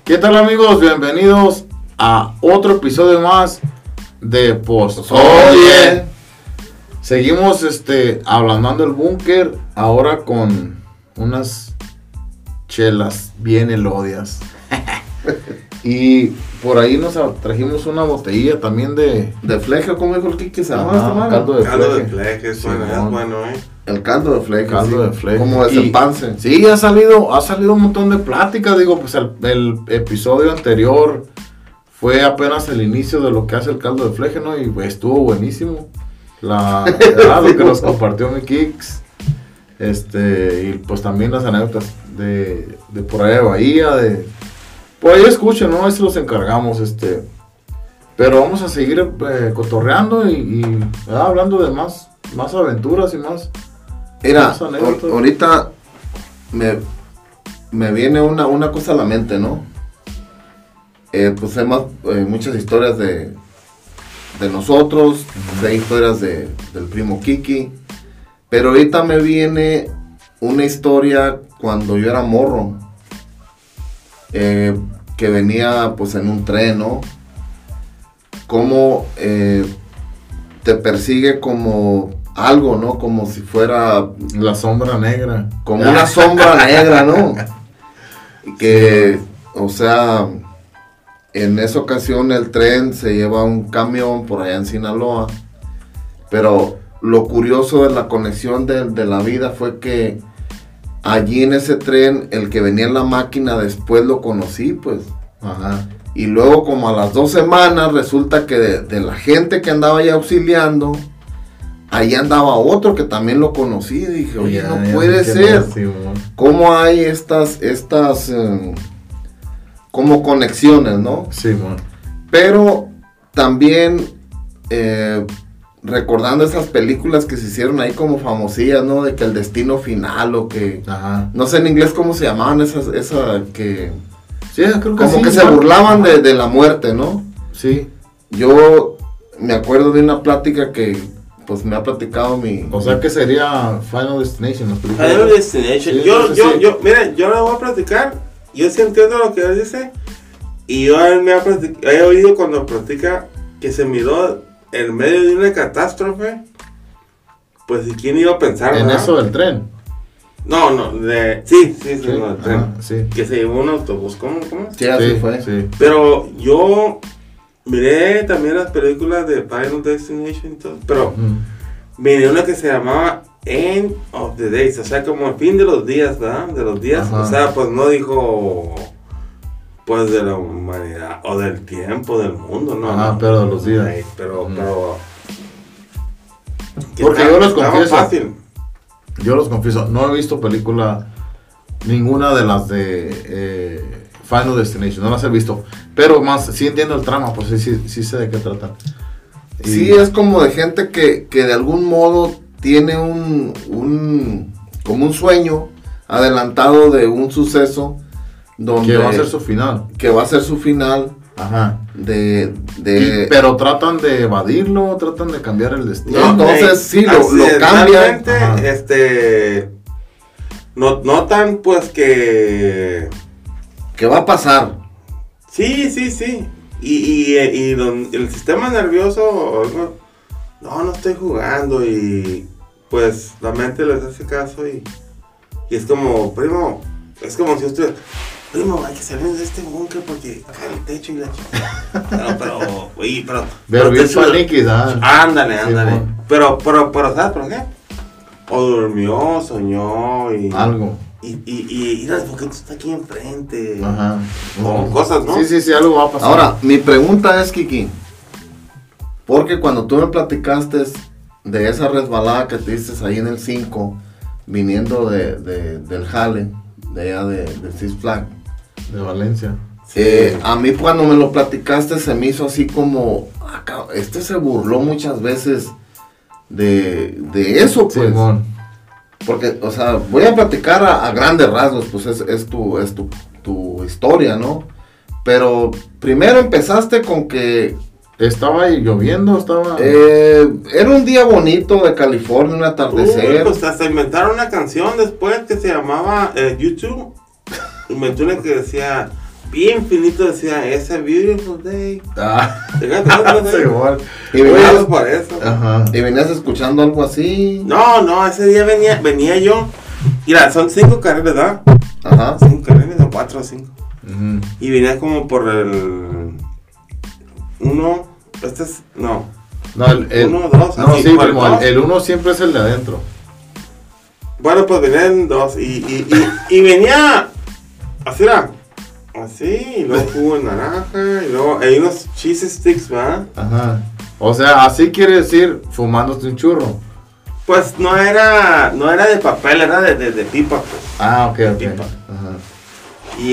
¿Qué tal, amigos? Bienvenidos a otro episodio más de Post. Oye, seguimos ablandando el búnker ahora con unas chelas bien elodias. Y por ahí nos trajimos una botellilla también de fleje, ¿cómo dijo el Kiki? ¿Se llama esta madre? Caldo de fleje, es bueno, El caldo de fleje. Caldo de fleje. Como desempance. Sí, ha salido un montón de pláticas. Digo, pues el episodio anterior fue apenas el inicio de lo que hace el caldo de fleje, ¿no? Y pues, estuvo buenísimo. Lo que nos compartió mi Kix. Y pues también las anécdotas de por allá de Bahía, por ahí escuchen, ¿no? Ahí se los encargamos, pero vamos a seguir cotorreando y hablando de más aventuras y más. Mira, ahorita me viene una cosa a la mente, ¿no? Pues hay muchas historias de nosotros, hay historias del primo Kiki, pero ahorita me viene una historia cuando yo era morro. Que venía pues en un tren, ¿no? Como te persigue como algo, ¿no? Como si fuera la sombra negra. Como una sombra negra, ¿no? Que, o sea, en esa ocasión el tren se lleva un camión por allá en Sinaloa. Pero lo curioso de la conexión de la vida fue que allí en ese tren, el que venía en la máquina, después lo conocí, pues. Ajá. Y luego, como a las 2 semanas, resulta que de la gente que andaba ahí auxiliando, ahí andaba otro que también lo conocí. Y dije, oye, no puede ser. ¿Cómo hay estas como conexiones, no? Sí, man. Pero también recordando esas películas que se hicieron ahí como famosillas, ¿no? De que el destino final o que... Ajá. No sé en inglés cómo se llamaban esa que... Sí, creo que como sí, que se burlaban de la muerte, ¿no? Sí. Yo me acuerdo de una plática que pues me ha platicado mi... O sea que sería Final Destination. Final Destination. Sí, yo, mira, yo le voy a platicar. Yo sí entiendo lo que él dice. Y yo he oído cuando platica que se miró en medio de una catástrofe. Pues, ¿y quién iba a pensar? En ¿verdad? eso del tren. No, sí, no, el tren. Ajá, sí. Que se llevó un autobús, ¿cómo? Sí, así fue. Sí. Pero yo miré también las películas de Final Destination y todo, pero miré una que se llamaba End of the Days, o sea, como el fin de los días, ¿verdad? De los días, ajá. O sea, pues no dijo, pues de la humanidad, o del tiempo, del mundo, ¿no? Ajá, pero de los días. Ay, pero porque yo los confieso. Yo los confieso, no he visto película, ninguna de las de Final Destination, no las he visto. Pero más, sí entiendo el trama, pues sí sé de qué tratan. Sí, es como de gente que de algún modo tiene como un sueño adelantado de un suceso donde... Que va a ser su final. Que va a ser su final. Ajá. Pero tratan de evadirlo, tratan de cambiar el destino. No, entonces sí, lo cambian. Notan pues que va a pasar. Sí. Y el sistema nervioso, no estoy jugando. Y pues la mente les hace caso y es como, primo, es como si usted... Primo, hay que salir de este búnker porque acá el techo y la chica. Pero bien paniquida. Ándale. Sí, pero, ¿sabes por qué? O durmió, soñó y... Algo. Y porque esto está aquí enfrente. Ajá. O cosas, ¿no? Sí, algo va a pasar. Ahora, mi pregunta es, Kiki, porque cuando tú me platicaste de esa resbalada que te diste ahí en el 5, viniendo del jale, de allá de Six Flags, de Valencia. A mí cuando me lo platicaste se me hizo así como, se burló muchas veces de eso, pues. Simón. Porque, o sea, voy a platicar a grandes rasgos, pues es tu historia, ¿no? Pero primero empezaste con que... Estaba ahí lloviendo, era un día bonito de California, un atardecer. Pues hasta inventaron una canción después que se llamaba YouTube. Inventó una que decía bien finito decía, "It's a beautiful day". Sí, Fíjate, igual. Y venías, por eso. Ajá. y venías escuchando algo así. No, ese día venía yo. Mira, son 5 carriles, ¿verdad? Ajá. 5 carriles, o 4 o 5. Ujú. Y venía como por el 1, no. No, el 1, 2, no, así, sí, por el primo, dos. el 1 siempre es el de adentro. Bueno, pues venían 2 y venía así, era, así, y luego jugo de naranja, y luego hay unos cheese sticks, ¿verdad? Ajá. O sea, así quiere decir fumándote un churro. Pues no era de papel, era de pipa, pues. Ah, ok. Pipa. Ajá. Y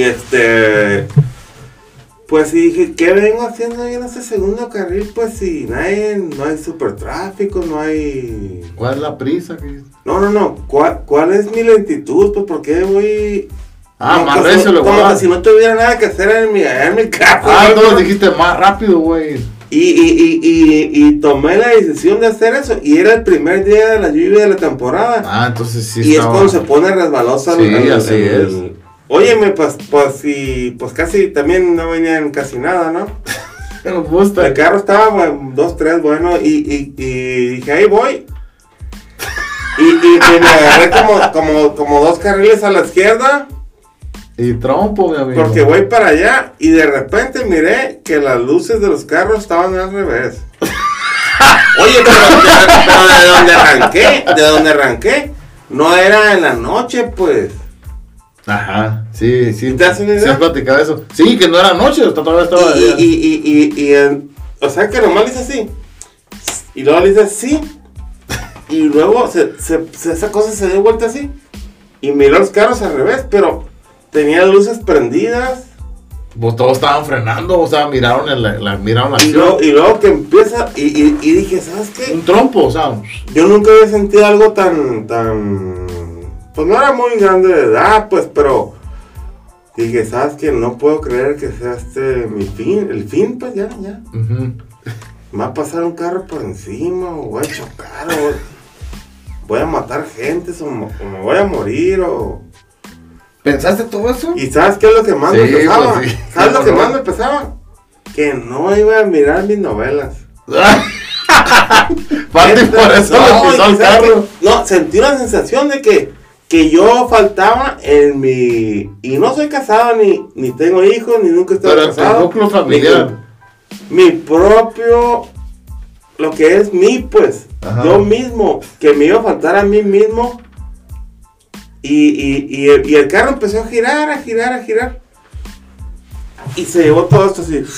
pues sí dije, ¿qué vengo haciendo ahí en ese segundo carril? Pues si no hay super tráfico, no hay... ¿Cuál es la prisa? Que... No, ¿cuál es mi lentitud? Pues ¿por qué voy...? Ah, como más que recio le voy a como dar. que si no tuviera nada que hacer en mi carro. Ah, ¿no? no, dijiste más rápido, güey. Y tomé la decisión de hacer eso. Y era el primer día de la lluvia de la temporada. Ah, entonces sí y estaba... es cuando se pone resbalosa. Sí, así es. Óyeme, pues casi también no venían casi nada, ¿no? Me gusta. El carro estaba 2, 3, bueno, y dije, ahí voy. Y me agarré como 2 carriles a la izquierda. Y trompo, mi amigo. Porque voy para allá y de repente miré que las luces de los carros estaban al revés. Oye, pero de donde arranqué, no era en la noche, pues. Ajá, sí. ¿Te das una idea? Sí, has platicado eso. Sí, que no era noche, todavía estaba de día. O sea que nomás le hice así. Y luego le hice así. Y luego esa cosa se dio vuelta así. Y miró los carros al revés, pero tenía luces prendidas. Pues todos estaban frenando, o sea, miraron la acción. Y luego que empieza, y dije, ¿sabes qué? Un trompo, o sea. Yo nunca había sentido algo tan, pues no era muy grande de edad, pues, pero dije, ¿sabes qué? No puedo creer que sea mi fin, el fin, pues ya. Uh-huh. Me va a pasar un carro por encima, o voy a chocar, o voy a matar gente, o me voy a morir, o... ¿Pensaste todo eso? ¿Y sabes qué es lo que más me pesaba? Pues sí. ¿Sabes lo que más me pesaba? Que no iba a mirar mis novelas. Parte por eso le pisó el carro. No, sentí una sensación de que yo faltaba en mi... Y no soy casado, ni tengo hijos, ni nunca he estado Pero casado. tu núcleo familiar. Mi propio... Lo que es mí, pues. Ajá. Yo mismo. Que me iba a faltar a mí mismo. Y el carro empezó a girar. Y se llevó todo esto así.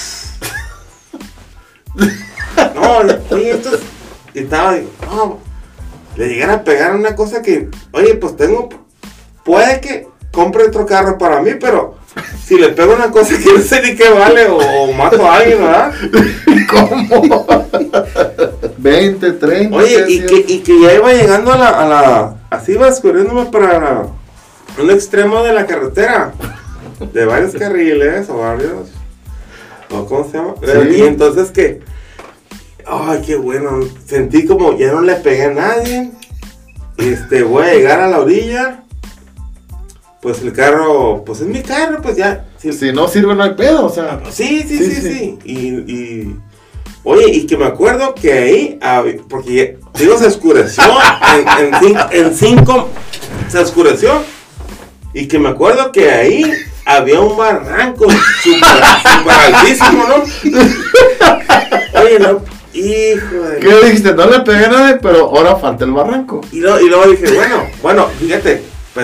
No, oye, esto estaba, no, le llegara a pegar una cosa que, oye, pues puede que compre otro carro para mí, pero si le pego una cosa que no sé ni qué vale, o mato a alguien, ¿verdad? ¿Cómo? 20, 30. Oye, y que ya iba llegando a la así iba escurriéndome para un extremo de la carretera, de varios carriles, o varios, o ¿cómo se llama? Sí. Y entonces que, ay, qué bueno, sentí como ya no le pegué a nadie, voy a llegar a la orilla, pues el carro, pues es mi carro, pues ya. Si no sirve no hay pedo, o sea. Sí. Y oye, y que me acuerdo que ahí, porque digo, se oscureció, en 5 se oscureció, y que me acuerdo que ahí había un barranco super altísimo, ¿no? Oye, no, hijo de... ¿Qué dijiste? No le pegué a nadie, pero ahora falta el barranco. Y luego dije, bueno, fíjate,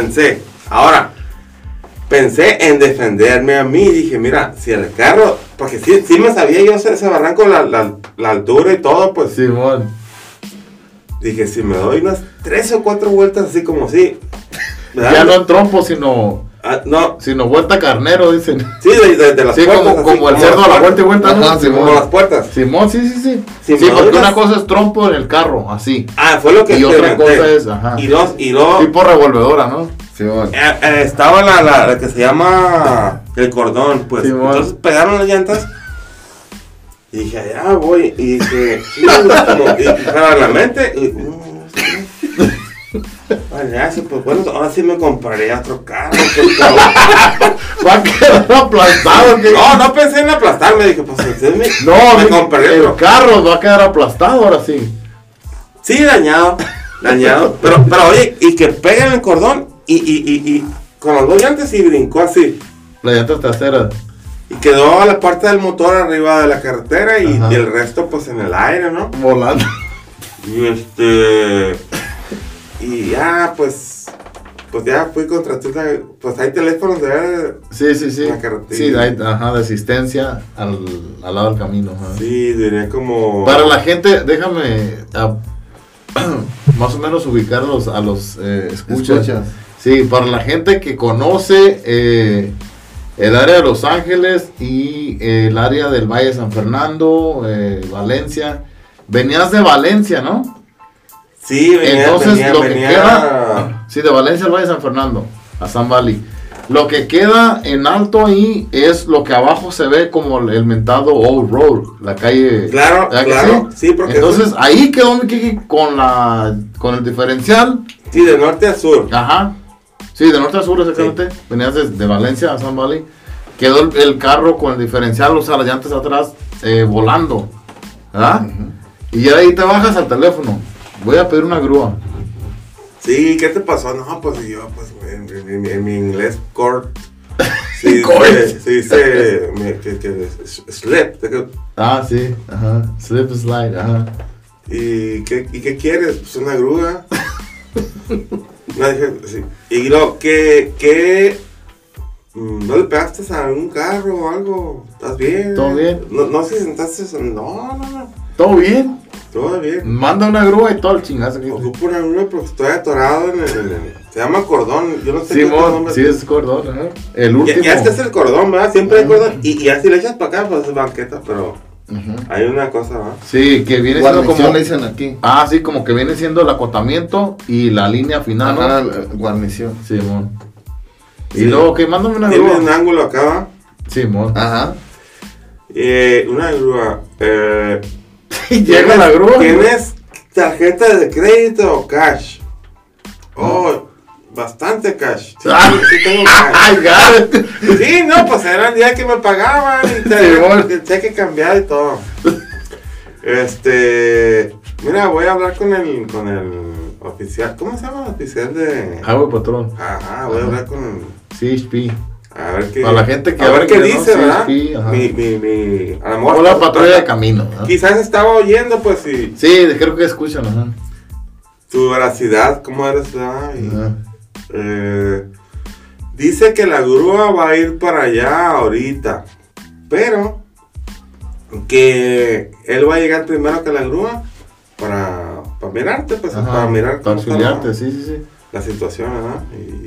pensé en defenderme a mí. Dije, mira, si el carro, porque sí me sabía yo ese barranco, la altura y todo, pues. Simón. Dije, si me doy unas 3 o 4 vueltas así como así. Ya no en trompo, sino no. sino vuelta carnero, dicen. Sí, de las sí, puertas. como el cerdo a la vuelta y vuelta. Ajá, ¿no? Simón. Como las puertas. Simón, sí. Sí, Sí, porque ¿no? una cosa es trompo en el carro, así. Fue lo que Y otra experimenté. cosa es, ajá. Y luego Tipo revolvedora, ¿no? Simón. estaba la que se llama el cordón, pues. Simón. Entonces pegaron las llantas. Y dije, allá voy. Y dije, y para la mente. Vaya, pues bueno, ahora sí me compraré otro carro. Va a quedar aplastado. ¿Qué? No pensé en aplastarme, dije, pues entonces No, me compraré el otro. carro va a quedar aplastado ahora sí. Sí, dañado. Pero oye, y que peguen el cordón y con los dos llantes y brincó así. La llanta trasera. Y quedó la parte del motor arriba de la carretera y Ajá. el resto pues en el aire, ¿no? Volando. Y ya pues ya fui contraté, pues hay teléfonos de Sí. la carretera. Sí, hay, de asistencia al lado del camino. Ajá. Sí, diría como... Para la gente, déjame más o menos ubicar a los escuchas. Sí, para la gente que conoce el área de Los Ángeles y el área del Valle de San Fernando, Valencia. Venías de Valencia, ¿no? Sí, Entonces, lo que venía... queda... Sí, de Valencia al Valle de San Fernando, a San Valley. Lo que queda en alto ahí es lo que abajo se ve como el mentado Old Road, la calle. Claro, ¿verdad que claro, sí, porque... Entonces, ahí quedó mi Kiki con el diferencial. Sí, de norte a sur. Ajá. Sí, de norte a sur exactamente. Sí. Venías de Valencia a San Valley. Quedó el carro con el diferencial, o sea, las llantas atrás volando. ¿Verdad? Uh-huh. Y ya de ahí te bajas al teléfono. Voy a pedir una grúa. Sí, ¿qué te pasó? No, pues yo, pues en mi inglés, court. Sí, dice que slip. Ah, sí, ajá. Slip slide, ajá. ¿Y qué quieres? Pues una grúa. No, dije, sí. Y lo que ¿no le pegaste a un carro o algo? ¿Estás bien? ¿Todo bien? No sé si sentaste. No. ¿Todo bien? Todo bien. Manda una grúa y todo el chingazo. Ocupo una grúa porque estoy atorado en el se llama cordón. Yo no sé qué nombre. Sí, es cordón, ajá. El último. Ya este es el cordón, ¿verdad? Siempre hay cordón. Y así le echas para acá, pues es banqueta, pero hay una cosa, ¿verdad? Sí, que viene siendo como... le dicen aquí. Ah, sí, como que viene siendo el acotamiento y la línea final, ajá, ¿no? Guarnición. Simón. Sí. Y luego, que mándame una grúa. Tiene un ángulo acá, ¿va? Simón. Ajá. Una grúa. Llega la grúa. ¿Tienes tarjeta de crédito o cash? Oh, bastante cash. Sí, sí tengo cash. Sí, no, pues era el día que me pagaban y el cheque cambiado y todo. Mira, voy a hablar con el oficial. ¿Cómo se llama el oficial de Highway Patrol? Ajá, voy a hablar con el CHP. A ver qué. Para la gente que a ver qué dice, ¿no? ¿verdad? Sí, ajá. A lo mejor. O la patrulla de camino, ¿no? Quizás estaba oyendo, pues sí. Sí, creo que escuchan, ajá. Tu veracidad, ¿cómo eres? Dice que la grúa va a ir para allá ahorita, pero que él va a llegar primero que la grúa para mirarte, pues, ajá, para mirar cómo está sí. La situación, ¿verdad?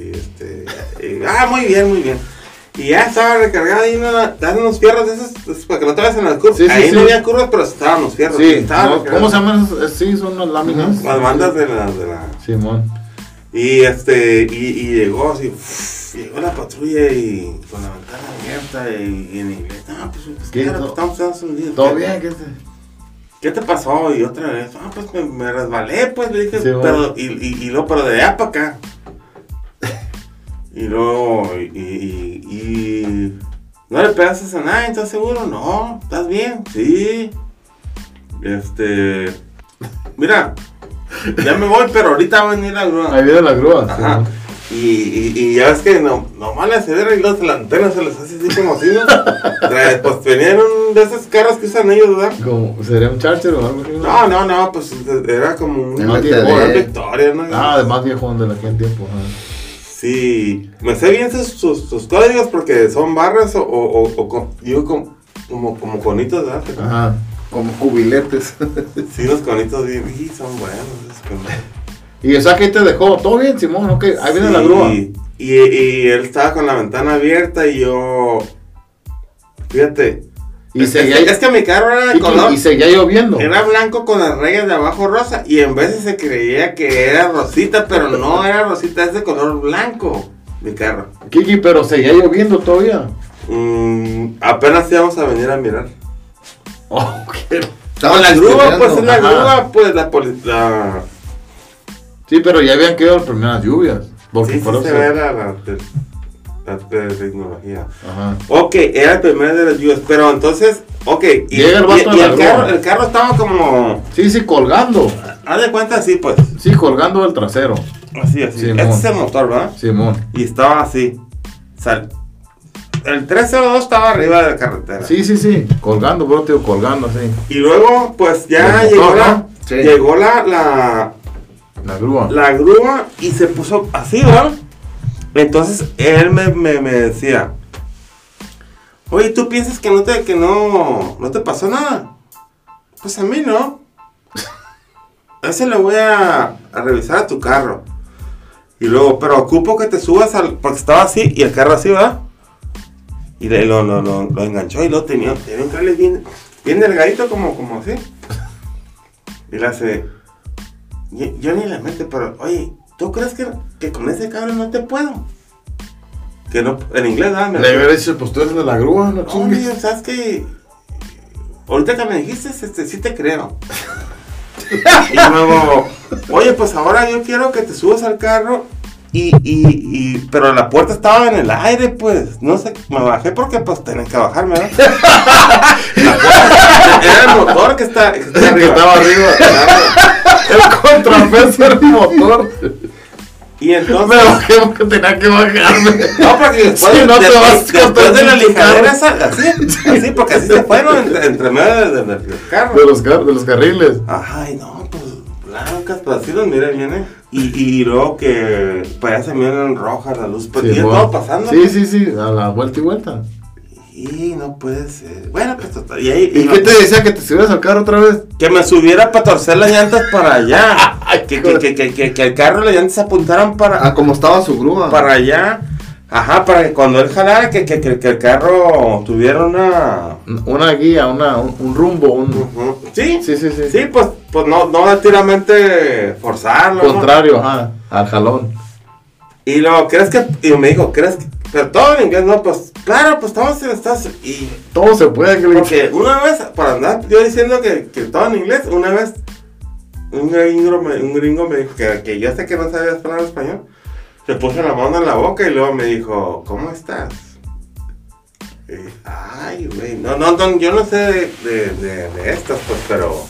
Muy bien. Y ya estaba recargada y dan unos fierros de esos para que no te vayas en las curvas. Ahí no había curvas, pero estaban los fierros. Sí, ¿cómo se llaman? Sí, son las láminas. Las bandas de la... Simón. Y llegó así, llegó la patrulla y con la ventana abierta y en inglés. No, pues claro, estamos dando un día. ¿Todo bien? ¿Qué te pasó? Y otra vez, pues me resbalé, pues le dije, sí, pero, pero de allá para acá. Y luego, ¿no le pegaste a nadie? ¿Estás seguro? No, ¿estás bien? Sí. Mira, ya me voy, pero ahorita va a venir la grúa. Ahí viene la grúa. Ajá. Sí. Y ya ves que nomás le acelera y los delanteros se les hace así como así, ¿no? Pues venían de esos carros que usan ellos, ¿verdad? ¿Sería un Charger o algo así? No, pues era como un Victoria, ¿no? De más viejo de aquel tiempo, ajá. Sí, me sé bien sus códigos porque son barras digo como conitos, ¿verdad? Ajá, como cubiletes. Sí, los conitos son buenos. Y o sea que te dejó, todo bien, Simón, ok, ahí viene la grúa. Y él estaba con la ventana abierta y yo, fíjate. Es que mi carro era de color. Y seguía lloviendo. Era blanco con las rayas de abajo rosa. Y en veces se creía que era rosita, pero no era rosita, es de color blanco. Mi carro. Kiki, pero seguía lloviendo todavía. Apenas íbamos a venir a mirar. Oh, qué. Con la grúa, pues es la grúa, pues Sí, pero ya habían quedado las primeras lluvias. Porque Sí, por sí eso... se ve la tecnología. Ajá. Ok, era el primero de las lluvias, pero entonces, ok, y Llega el vato a la grúa. el carro estaba como, Sí, colgando. haz de cuenta así, pues, Sí, colgando del trasero. así, Simón. este es el motor, ¿verdad? Simón. Y estaba así, el 302 estaba arriba de la carretera. Sí, colgando, bro, tío, colgando así. Y luego, pues, ya El llegó motor, la, ¿no? Sí. llegó la La grúa. y se puso así, ¿verdad? Entonces, él me decía, oye, ¿tú piensas que no te pasó nada? Pues a mí no. Ese le voy a revisar a tu carro. Y luego, pero ocupo que te subas porque estaba así y el carro así, ¿verdad? Y lo enganchó y lo tenía un cable bien delgadito como así. Y le hace, yo ni le mete, pero oye, ¿tú crees que con ese cable no te puedo? Que no, en inglés, ¿verdad? Le hubiera dicho, pues tú eres de la grúa, no Oye, chingues. ¿sabes qué? Ahorita que me dijiste, sí te creo. Y luego, oye, pues ahora yo quiero que te subas al carro pero la puerta estaba en el aire, pues, no sé, me bajé porque pues tenía que bajarme, ¿verdad? Era el motor que está arriba. Que estaba arriba. El contrapeso era el motor. Y entonces, Me bajé porque tenía que bajarme. no, porque después, Sí, no te vas después de la con tu lijadera, carro. así, porque así se fueron entre medio del carro. De los carriles. Ay, no, pues blancas, pues así los miré bien, y luego que pues ya se miran rojas la luz, pues Sí, y es bueno. todo pasando. Sí, a la vuelta y vuelta. Y no puede ser. Bueno, pues total. ¿Y qué te decía? ¿Que te subieras al carro otra vez? Que me subiera para torcer las llantas para allá. Ay, que el carro, las llantas se apuntaran Ah, como estaba su grúa. para allá. Ajá, para que cuando él jalara, que el carro tuviera Una guía, un rumbo, Ujú. ¿Sí? Sí. Sí, pues no directamente forzarlo, ¿no? Contrario, ajá, al jalón. Y luego, y me dijo, pero todo en inglés, no, pues, claro, pues estamos en Estados Unidos. Y Todo se puede, que le porque una vez, para andar yo diciendo que todo en inglés, una vez, un gringo me dijo que yo sé que no sabía hablar español, le puse la mano en la boca y luego me dijo, ¿cómo estás? Y, ay, güey, no, yo no sé de estas, pues,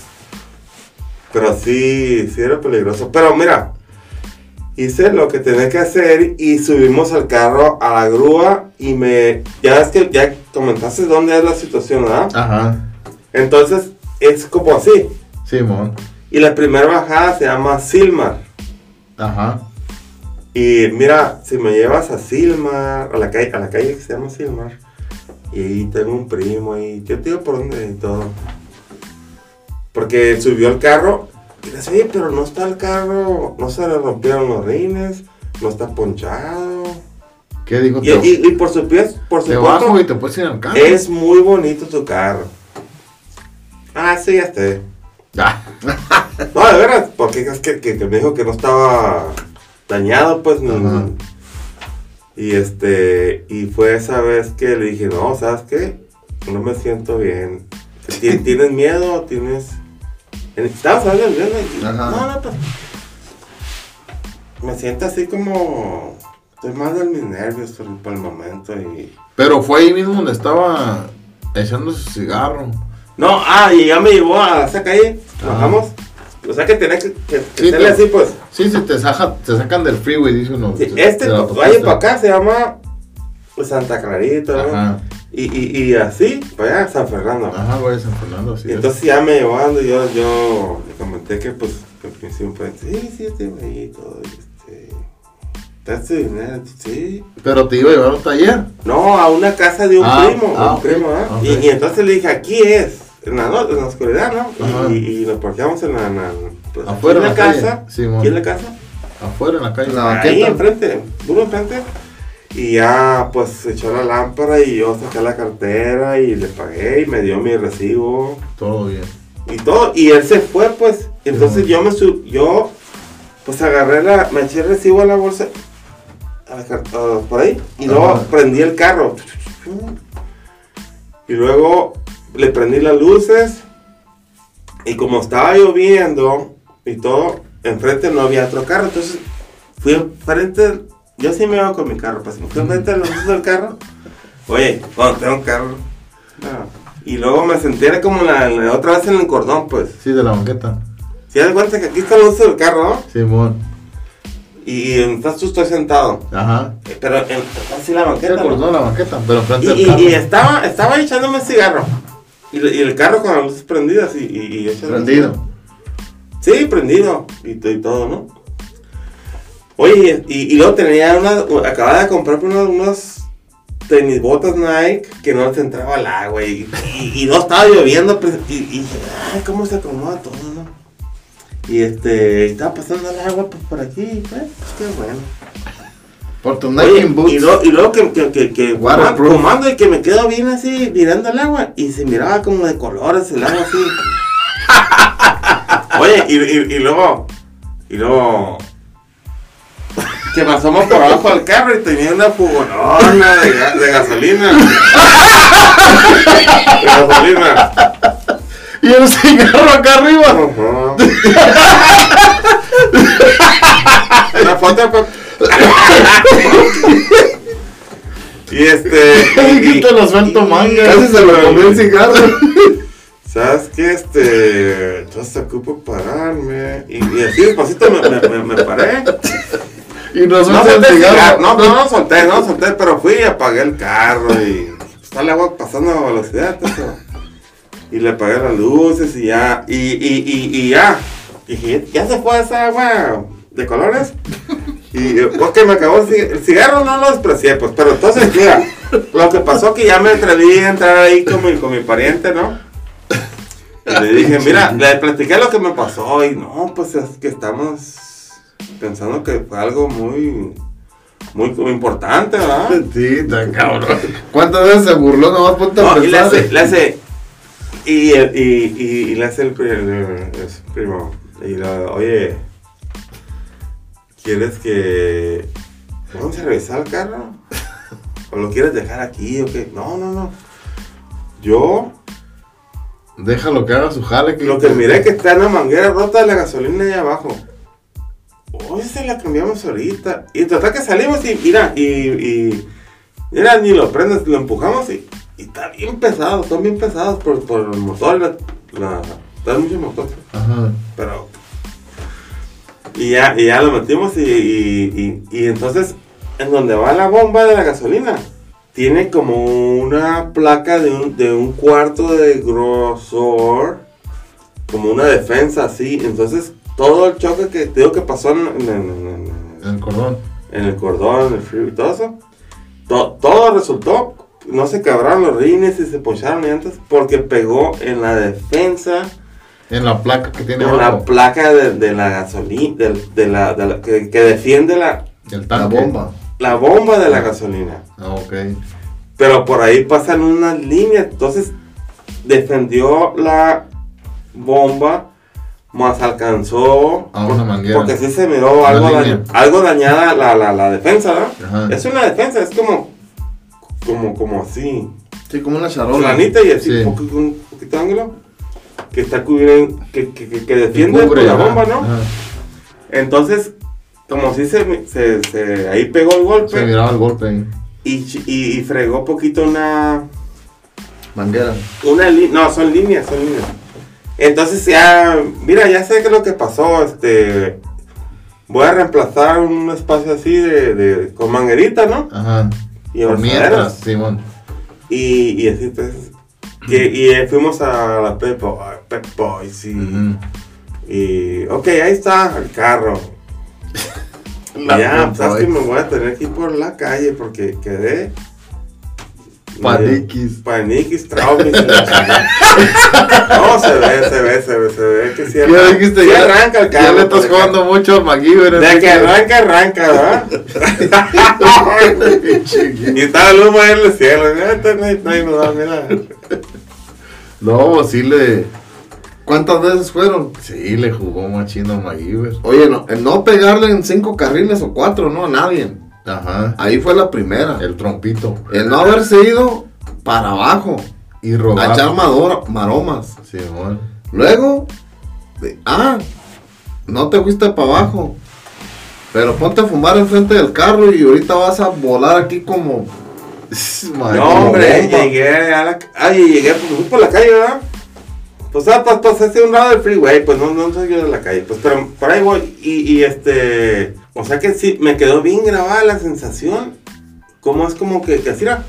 pero sí era peligroso. Pero mira, hice lo que tenía que hacer y subimos al carro a la grúa y ya es que ya comentaste dónde es la situación, ¿verdad? Ajá, Entonces es como así. Simón. Y la primera bajada se llama Silmar. Ajá. Y mira, si me llevas a Silmar, a la calle que se llama Silmar, y ahí tengo un primo y yo te digo por dónde y todo. Porque subió el carro y le dice, oye, pero no está el carro, no se le rompieron los rines, no está ponchado. ¿Qué dijo? Y por su Te bajo supuesto, y te puedes ir al carro. es muy bonito tu carro. Ah, sí, ya esté. Ah, No, de veras, porque es que me dijo que no estaba dañado, pues. Ajá. Y fue esa vez que le dije, no, ¿sabes qué? No me siento bien. ¿Tienes miedo? ¿Estabas hablando de miedo? Ajá. No, pues. Me siento así como. Estoy mal de mis nervios por el momento y. pero fue ahí mismo donde estaba echando su cigarro. No, y ya me llevó a esa calle. Ajá. Bajamos. O sea que tenía que Sí, hacerle así, pues. Sí, te sacan del freeway, dice uno. Sí, de la autopista. vaya para acá, se llama Santa Clarita, ¿no? Ajá. Y así, para allá, San Fernando. Ajá, güey, San Fernando, sí. Y entonces ya me llevando, yo le comenté que pues, que al principio pues, sí, güey, y todo, ¿te das tu dinero? Sí. Pero te iba a llevar a un taller. No, a una casa de un primo, ok, ¿eh? ok. Y entonces le dije, aquí es, en la oscuridad, ¿no? Ajá. Y nos parqueamos pues, Afuera en la en la calle. casa, Sí, mon. aquí en la casa. Afuera en la calle. La Ahí banqueta. enfrente, puro enfrente. Y ya pues echó la lámpara y yo saqué la cartera y le pagué y me dio mi recibo Todo bien. y todo. Y él se fue pues. Entonces yo pues agarré me eché el recibo a la bolsa por ahí y luego Ajá. prendí el carro. Y luego le prendí las luces y como estaba lloviendo y todo, enfrente no había otro carro, entonces fui enfrente, yo sí me iba con mi carro, pues fui enfrente del carro, oye, cuando tengo un carro, no. Y luego me senté era como la otra vez en el cordón, pues. Sí, de la banqueta. Si das cuenta que aquí está el uso del carro, ¿no? Simón. Y tú estoy sentado. Ajá. Pero así la banqueta. El cordón, la banqueta, pero enfrente del Y carro. estaba ahí echándome un cigarro. Y el carro con las luces prendidas y Prendido. Sí, prendido. Y todo, ¿no? Oye, y luego acababa de comprar unos tenis botas Nike que no se entraba al agua y no estaba lloviendo pues, y dije, ay, cómo se acomoda todo, ¿no? Y estaba pasando el agua pues, por aquí, pues qué bueno. Por tu Nike boots. Y luego que comando y que me quedo bien así mirando el agua y se miraba como de colores el agua así. Oye, y luego que me asomo por abajo del carro y tenía una fugonona de gasolina. De gasolina. Y el cigarro acá arriba. Uh-huh. Una foto pues. Y te lo suelto manga. Casi se lo comió el cigarro. ¿Sabes qué? Entonces ocupo pararme. Y así despacito me paré. Y no solté el cigarro. No solté, pero fui y apagué el carro y está el agua pasando a velocidad. Entonces, y le apagué las luces y ya. Y ya. Dije, ya se fue esa agua de colores. Y ok, me acabó el cigarro, no lo desprecié, pues. Pero entonces, mira, lo que pasó que ya me atreví a entrar ahí con mi pariente, ¿no? Y le dije, mira, le platiqué lo que me pasó y no, pues es que estamos pensando que fue algo muy importante, ¿verdad? Sí, está cabrón. ¿Cuántas veces se burló? Nomás ponte a pensar. Y le hace el primo. Y oye, ¿quieres que vamos a revisar el carro? ¿O lo quieres dejar aquí o qué? No. Yo Déjalo que haga su jale. lo que miré que está en la manguera rota de la gasolina ahí abajo. Oye, se la cambiamos ahorita. Y total que salimos y mira, ni lo prendes, lo empujamos y está bien pesado, son bien pesados por el motor, está mucho motor. Ajá. Pero y ya lo metimos y entonces en donde va la bomba de la gasolina tiene como una placa de un cuarto de grosor, como una defensa así. Entonces todo el choque que te digo que pasó en el cordón, en el frío y todo eso, todo resultó, no se quebraron los rines y se poncharon llantas porque pegó en la defensa. En la placa que tiene en abajo. La placa de la gasolina, que defiende el tanque. La bomba de la gasolina. Ah, ok. Pero por ahí pasan unas líneas, entonces defendió la bomba, más alcanzó a una manguera. Porque sí se miró algo dañada la defensa, ¿no? Ajá. Es una defensa, es como así. Sí, como una charola. Planita y así, Sí. un poquito de ángulo. Que está cubriendo, que defiende cubre, la bomba, ¿no? Ajá. Entonces, como si ahí pegó el golpe. Se miraba el golpe ahí. Y fregó poquito una manguera. No, son líneas. Entonces ya, mira, ya sé qué es lo que pasó, voy a reemplazar un espacio así con manguerita, ¿no? Ajá. Y por mientras, Simón. Y así pues, y fuimos a la Pep Boys y ok, ahí está el carro. Ya, sabes que me voy a tener que ir por la calle porque quedé Paniquis, traumis. No, se ve que sí arranca. Dijiste, sí ya, arranca el carro. Ya le estás jugando mucho al MacGyver. De que arranca, ¿verdad? Y estaba el humo ahí en el cielo. No, mira. No, sí le... ¿Cuántas veces fueron? Sí, le jugó machino al MacGyver. Oye, no pegarle en 5 carriles o 4, no a nadie. Ajá. Ahí fue la primera. El trompito. El no haberse ido para abajo. Y robar. A echar maromas. Sí, bueno. Luego, no te fuiste para abajo. Pero ponte a fumar enfrente del carro y ahorita vas a volar aquí como... No, hombre, llegué a la... llegué por la calle, ¿verdad? Pues hacia un lado del freeway, pues no soy yo de la calle, pues, pero por ahí voy, o sea que sí, me quedó bien grabada la sensación, como es como que así era,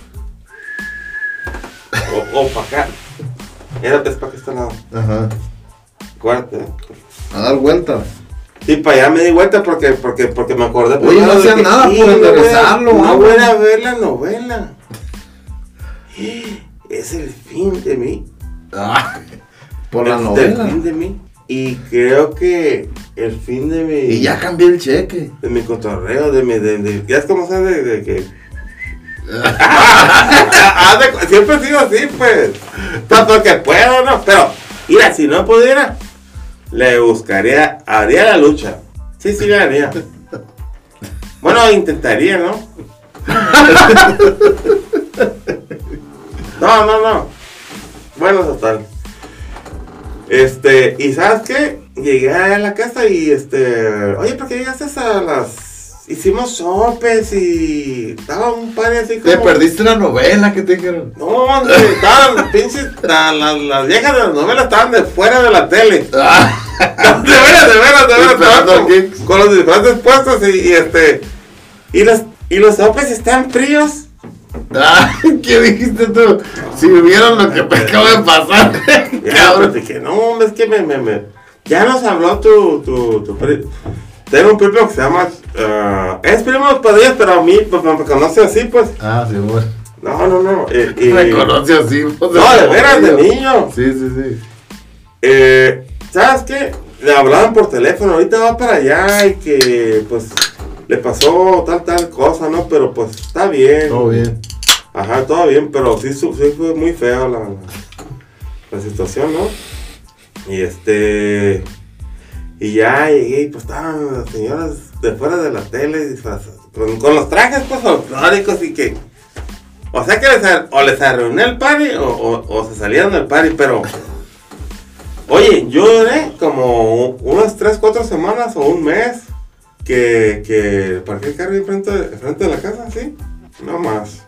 o para acá, es para que está al lado. Ajá. Acuérdate, A dar vueltas. Sí, para allá me di vuelta porque me acordé. Oye, no hacía nada por enderezarlo. No voy a ver la novela. Es el fin de mí. Por la novela. El fin de mí. Y creo que el fin de mi... Y ya cambié el cheque. De mi cotorreo, ya es como sabes de que... Siempre he sido así, pues. Tanto que puedo, ¿no? Pero, mira, si no pudiera... Le buscaría, haría la lucha. Sí, la haría. Bueno, intentaría, ¿no? No. Bueno, total. Y ¿sabes qué? Llegué a la casa y oye, ¿por qué llegaste a las... Hicimos sopes y estaba un par así como... Te perdiste la novela que te dijeron. No, estaban pinches, las viejas de las novelas estaban de fuera de la tele. De veras, estaban con los disfraces puestos y los sopes están fríos. ¿Qué dijiste tú? Si vieron lo que me acaba de pasar. Cabrón, dije, no, es que ya nos habló tu tengo un primo que se llama, es primo de Padillas, pero a mí pues, me conoce así, pues. Sí, bueno. No. Me conoce así, pues. No, de veras, de niño. Sí. ¿Sabes qué? Le hablaban por teléfono, ahorita va para allá y que, pues, le pasó tal cosa, ¿no? Pero, pues, está bien. Todo bien. Ajá, todo bien, pero sí fue muy fea la situación, ¿no? Y ya llegué y pues estaban las señoras de fuera de la tele disfrazadas, con los trajes pues folclóricos y que... O sea que les arruiné el party o se salieron del party, pero... Oye, yo duré como unas 3-4 semanas o un mes que parqué el carro enfrente de la casa, ¿sí? No más.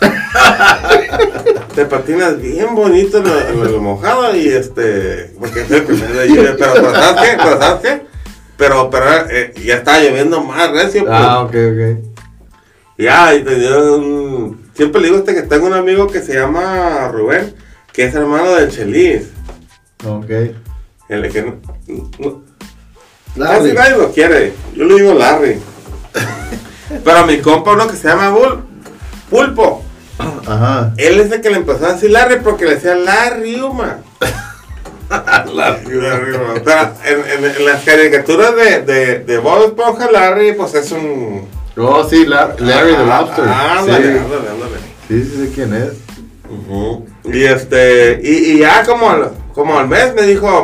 Te patinas bien bonito en lo mojado y porque es el primer de lluvia, pero ¿sabes qué? Pero ya estaba lloviendo más recio. Pues. Ok. Ya, siempre le digo que tengo un amigo que se llama Rubén, que es hermano del Chelis. Ok. El que Larry. casi nadie lo quiere, yo le digo Larry. Pero mi compa uno que se llama Pulpo. Ajá. Él es el que le empezó a decir Larry porque le decía Larry Uma. Larry Uma. Pero en las caricaturas de Bob Esponja, Larry pues es un... Oh, sí, Larry the Lobster. Ándale. Sí, sé quién es. Uh-huh. Y ya como al mes me dijo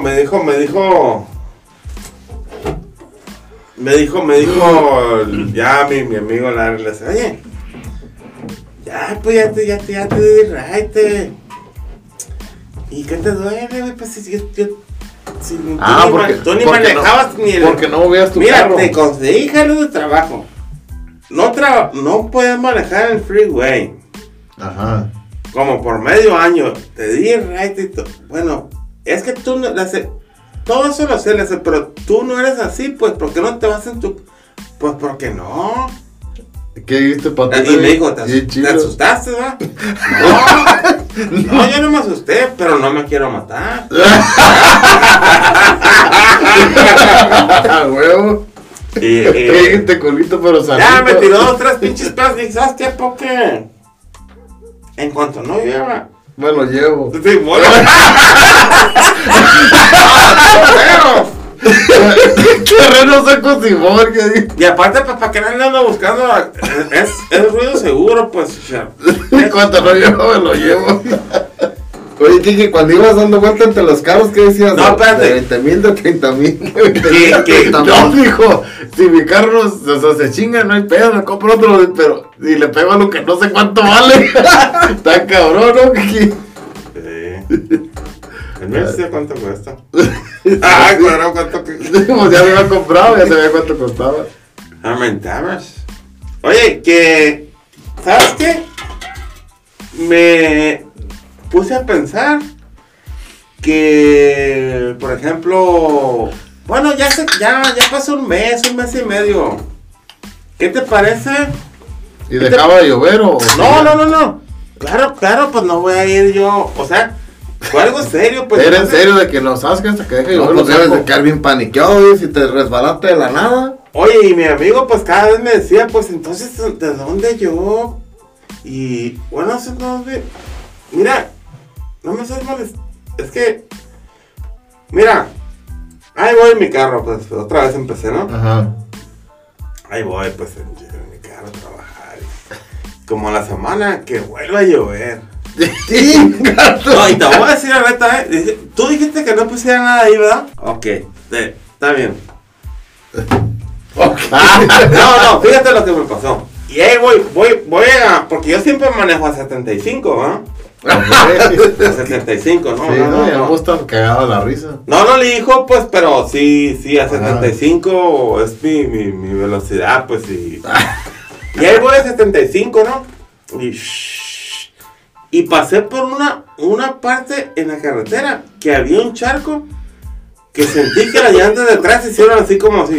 ya mi amigo Larry le dice, oye, ya pues ya te di raite. ¿Y qué te duele, güey? Pues si tú ni manejabas ni el... Porque no movías tu Mira, carro. te conseguí jalo de trabajo. No puedes manejar el freeway. Ajá. Como por medio año. Te di raite y todo. Bueno, es que tú no le haces... Todo eso lo sé, pero tú no eres así, pues, ¿por qué no te vas en tu...? Pues, porque no. ¿Qué viste, Pato? Y me dijo, ¿te asustaste, verdad? No, yo no me asusté, pero no me quiero matar. Huevo. Te colito, pero salió. Ya me tiró 2, 3 pinches pedos y dije, ¿sabes qué? Porque en cuanto no lleva... Me lo llevo. Sí, bueno. Terreno seco Simón, que Y aparte, pues, ¿para qué no ando buscando? Es ruido seguro, pues. en cuanto no llevo, me lo llevo. Oye, Kiki, cuando ibas dando vuelta entre los carros, ¿qué decías? No, espérate. De 20,000, de 30,000. No, dijo, si mi carro se chinga, no hay pedo, me compro otro, pero si le pego a lo que no sé cuánto vale. Está cabrón, ¿no, Kiki? Sí. El mío sí sé cuánto cuesta. Ay, cuadrón, cuánto que. Pues ya me había comprado, ya sabía cuánto costaba. Aumentamos. Oye, que. ¿Sabes qué? Me puse a pensar que, por ejemplo, bueno, ya pasó un mes y medio. ¿Qué te parece? ¿Y dejaba de llover o...? No. Claro, pues no voy a ir yo. O sea, fue algo serio, pues. ¿Era en serio de que no sabes que hasta que deje de No, llover pues lo debes saco? de quedar bien paniqueado, güey, si te resbalaste de la nada. Oye, y mi amigo, pues cada vez me decía, pues entonces, ¿de dónde yo? Y bueno, no sé dónde. Mira, no me seas mal. Es que, mira, ahí voy en mi carro, pues otra vez empecé, ¿no? Ajá. Ahí voy, pues en mi carro a trabajar. Como la semana que vuelva a llover. No, y te voy a decir la neta, tú dijiste que no pusiera nada ahí, ¿verdad? Ok, está bien. No, fíjate lo que me pasó. Y ahí voy a... Porque yo siempre manejo a 75, ¿ah? A 75, no, Sí, no. me gusta cagado la risa. No le dijo, pues, pero sí, a 75 es mi velocidad, pues, y ahí voy a 75, ¿no? Y pasé por una parte en la carretera que había un charco que sentí que las llantas de atrás se hicieron así como así.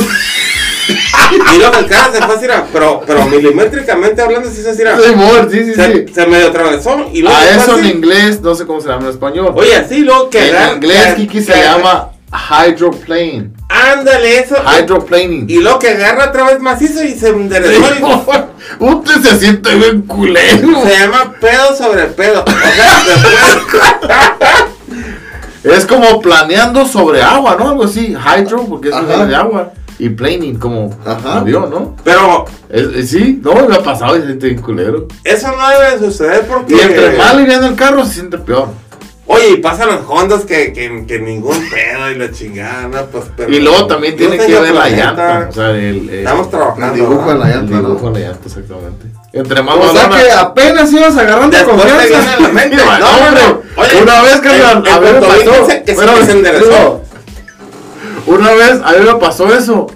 Y luego el carro se fue así, pero milimétricamente hablando, sí se hacía. Sí, Se medio atravesó y luego. A eso así. en inglés, no sé cómo se llama en español. Oye, así luego que en inglés, Kiki, se llama hydroplane. Ándale, eso. Hydroplaning. Y luego que agarra otra vez macizo y se enderezó. Usted se siente bien culero. Se llama pedo sobre pedo. O sea, Es como planeando sobre agua, ¿no? Algo así. Hydro, porque es Ajá. de agua. Y planing, como Ajá. avión, ¿no? pero Sí, no, me ha pasado y se siente bien culero. eso no debe de suceder porque. Y entre más liviano el carro, se siente peor. Oye, y pasan los Hondas que ningún pedo y la chingada, ¿no? Pues, pero, Y luego también tiene no sé que yo, ver la planeta. llanta. O sea, Estamos trabajando. El dibujo en la el llanta, dibujo ¿no? de la llanta, exactamente. Entre más O sea balona- que apenas ibas agarrando Después te confianza. viene a la mente. Mira, No, hombre, Oye, una vez que a mí me pasó. que se enderezó. Una vez a mí me pasó eso.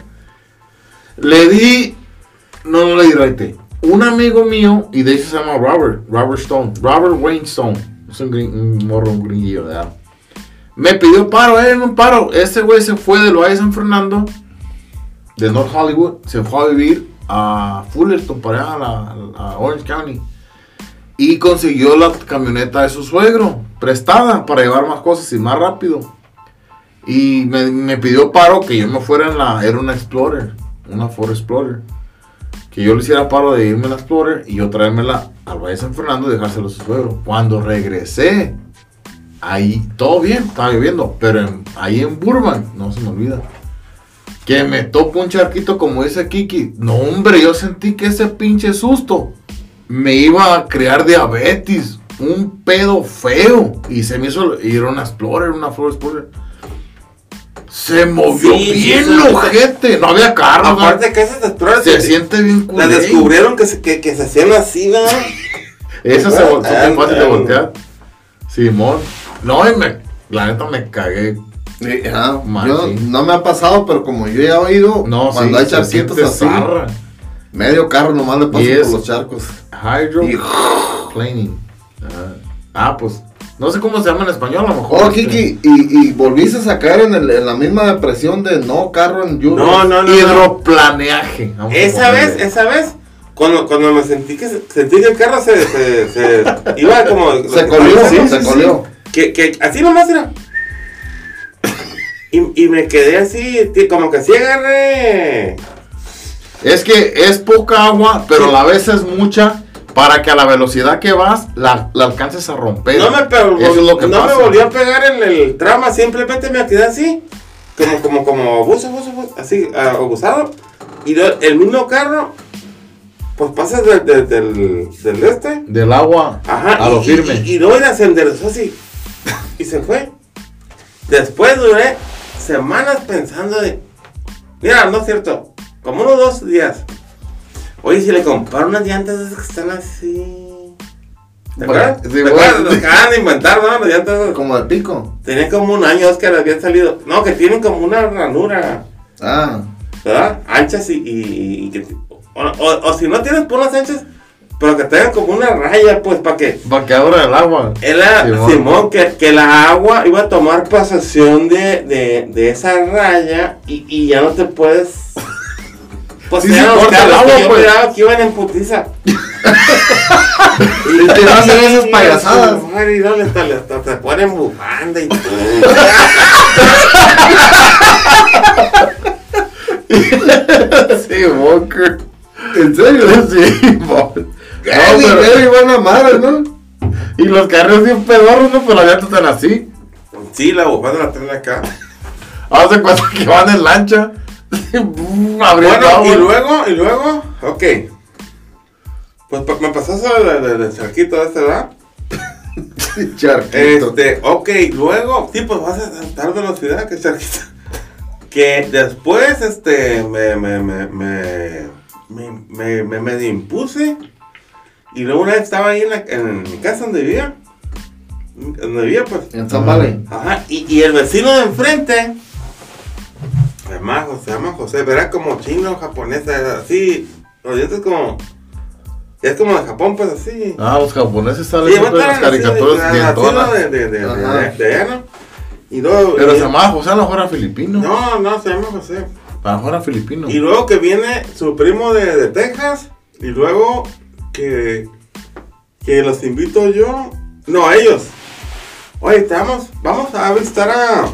Le di. No le di raite. Un amigo mío, y de hecho se llama Robert Stone. Robert Wayne Stone. Es un morro, un gringuillo, ¿verdad? Me pidió paro, un paro. Ese güey se fue de Loaya San Fernando, de North Hollywood. Se fue a vivir a Fullerton, para allá, a Orange County. Y consiguió la camioneta de su suegro, prestada, para llevar más cosas y más rápido. Y me pidió paro que yo me fuera era una Explorer, una Ford Explorer. Que yo le hiciera paro de irme en la Explorer y yo traérmela al Valle de San Fernando y dejárselo a su suegro. Cuando regresé, ahí todo bien, estaba lloviendo, pero ahí en Burbank, no se me olvida, que me topo un charquito como dice Kiki. No, hombre, yo sentí que ese pinche susto me iba a crear diabetes, un pedo feo. Y se me hizo, y era una Explorer, una Ford Explorer. Se movió bien ojete, no había carro. Aparte que esas exploras se siente bien las culero. descubrieron que se hacían así, ¿verdad? Eso se volteó bien fácil de Ah, voltear. Simón. No, y la neta me cagué. Yo Machín. no me ha pasado, pero como yo ya he oído, No, cuando sí, hay se charquitos siente así, zarra. medio carro nomás le paso Y es- por los charcos. Hydroplaning. Pues no sé cómo se llama en español, a lo mejor. Oh, Kiki, y volviste a caer en la misma depresión de no carro en lluvia. No. Hidroplaneaje. Vamos a Esa ponerle. vez, cuando me sentí que el carro se iba como... Se colió, Sí, se colió. Que así nomás era. Y me quedé así, como que así agarré. Es que es poca agua, pero a la vez es mucha para que a la velocidad que vas la alcances a romper. Eso es lo que no pasa. me volvió a pegar en el trama, simplemente me quedé así, como abuso, así, abusado. Y el mismo carro, pues pasas del este. Del agua Ajá, a lo firme. Y luego se enderezó así. Y se fue. Después duré semanas pensando mira, no es cierto, como unos 2 días. Oye, si le comparo unas llantas esas que están así. ¿Te acuerdas? Sí, ¿Te acuerdas? Los acaban de inventar, ¿no? Las llantas. Como de pico. Tenían como un año, Oscar, habían salido. No, que tienen como una ranura. Ah. ¿Verdad? Anchas y que... O si no tienes por las anchas, pero que tengan como una raya, pues, para que... Para que abra el agua. Era Simón, que la agua iba a tomar posesión de esa raya y ya no te puedes... Pues Sí, eran los corta el carros agua, que yo pues. miraba que iban en putiza. Y te vas a hacer esas payasadas. Y no, te ponen bufanda y todo. Sí, Walker. ¿En serio? Sí, Walker. Gary, buena madre, ¿no? Y los carros bien pedorros, ¿no? Pero las llantas están así. Sí, la bufanda la traen acá. Hace cuenta que van en lancha. Abriendo Bueno, agua. y luego, ok. Pues me pasó eso del charquito ese, ¿verdad? Charquito. Ok, luego, sí, pues vas a saltar velocidad, que charquito. Que después, me impuse. Y luego una vez estaba ahí en mi casa donde vivía. Pues. En San Valley. Ajá, y el vecino de enfrente, se llama José, verá como chino, japonés, así, los dientes como, es como de Japón, pues así. Ah, los japoneses salen Sí, siempre en las caricaturas dientonas. de allá, ¿no? Y luego, Pero se llamaba José, a lo mejor era filipino. No, se llama José. A lo mejor era filipino. Y luego que viene su primo de Texas, y luego que los invito yo, no, a ellos. Oye, vamos a visitar a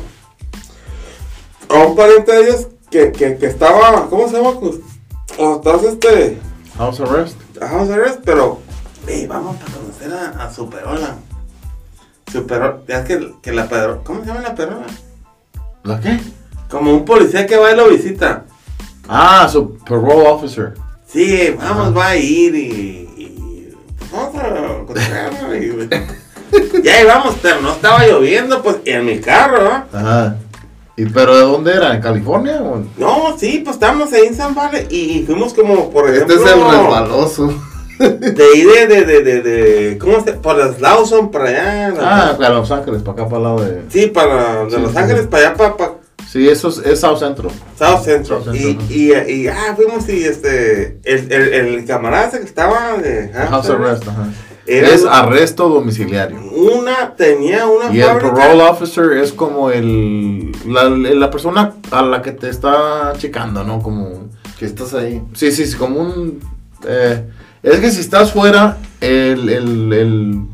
un pariente de ellos que estaba, ¿cómo se llama? Entonces House Arrest. House Arrest, pero vamos a conocer a su perola. Ya es que la perola, ¿cómo se llama la perola? ¿La qué? Como un policía que va y lo visita. Ah, su parole officer. Sí, va a ir y vamos a encontrarlo y ahí vamos, pero no estaba lloviendo, pues, en mi carro, ¿no? Ajá. ¿Pero de dónde era? ¿En California? O? No, sí, pues estábamos ahí en San Vale y fuimos como, por ejemplo... Este es el resbaloso. De ahí de ¿cómo se? Por las Lawson, para allá. Para Los Ángeles, para acá, para el lado de... Sí, de Sí, Los sí, Ángeles, sí. para allá, para Sí, eso es South Central. South Central. South Central, Y fuimos y el camarada ese que estaba de House Arrest, ajá. era Es arresto domiciliario. tenía una Y el fábrica. parole officer es como la persona a la que te está checando, ¿no? Como... Que estás ahí. Sí, como un... es que si estás fuera, el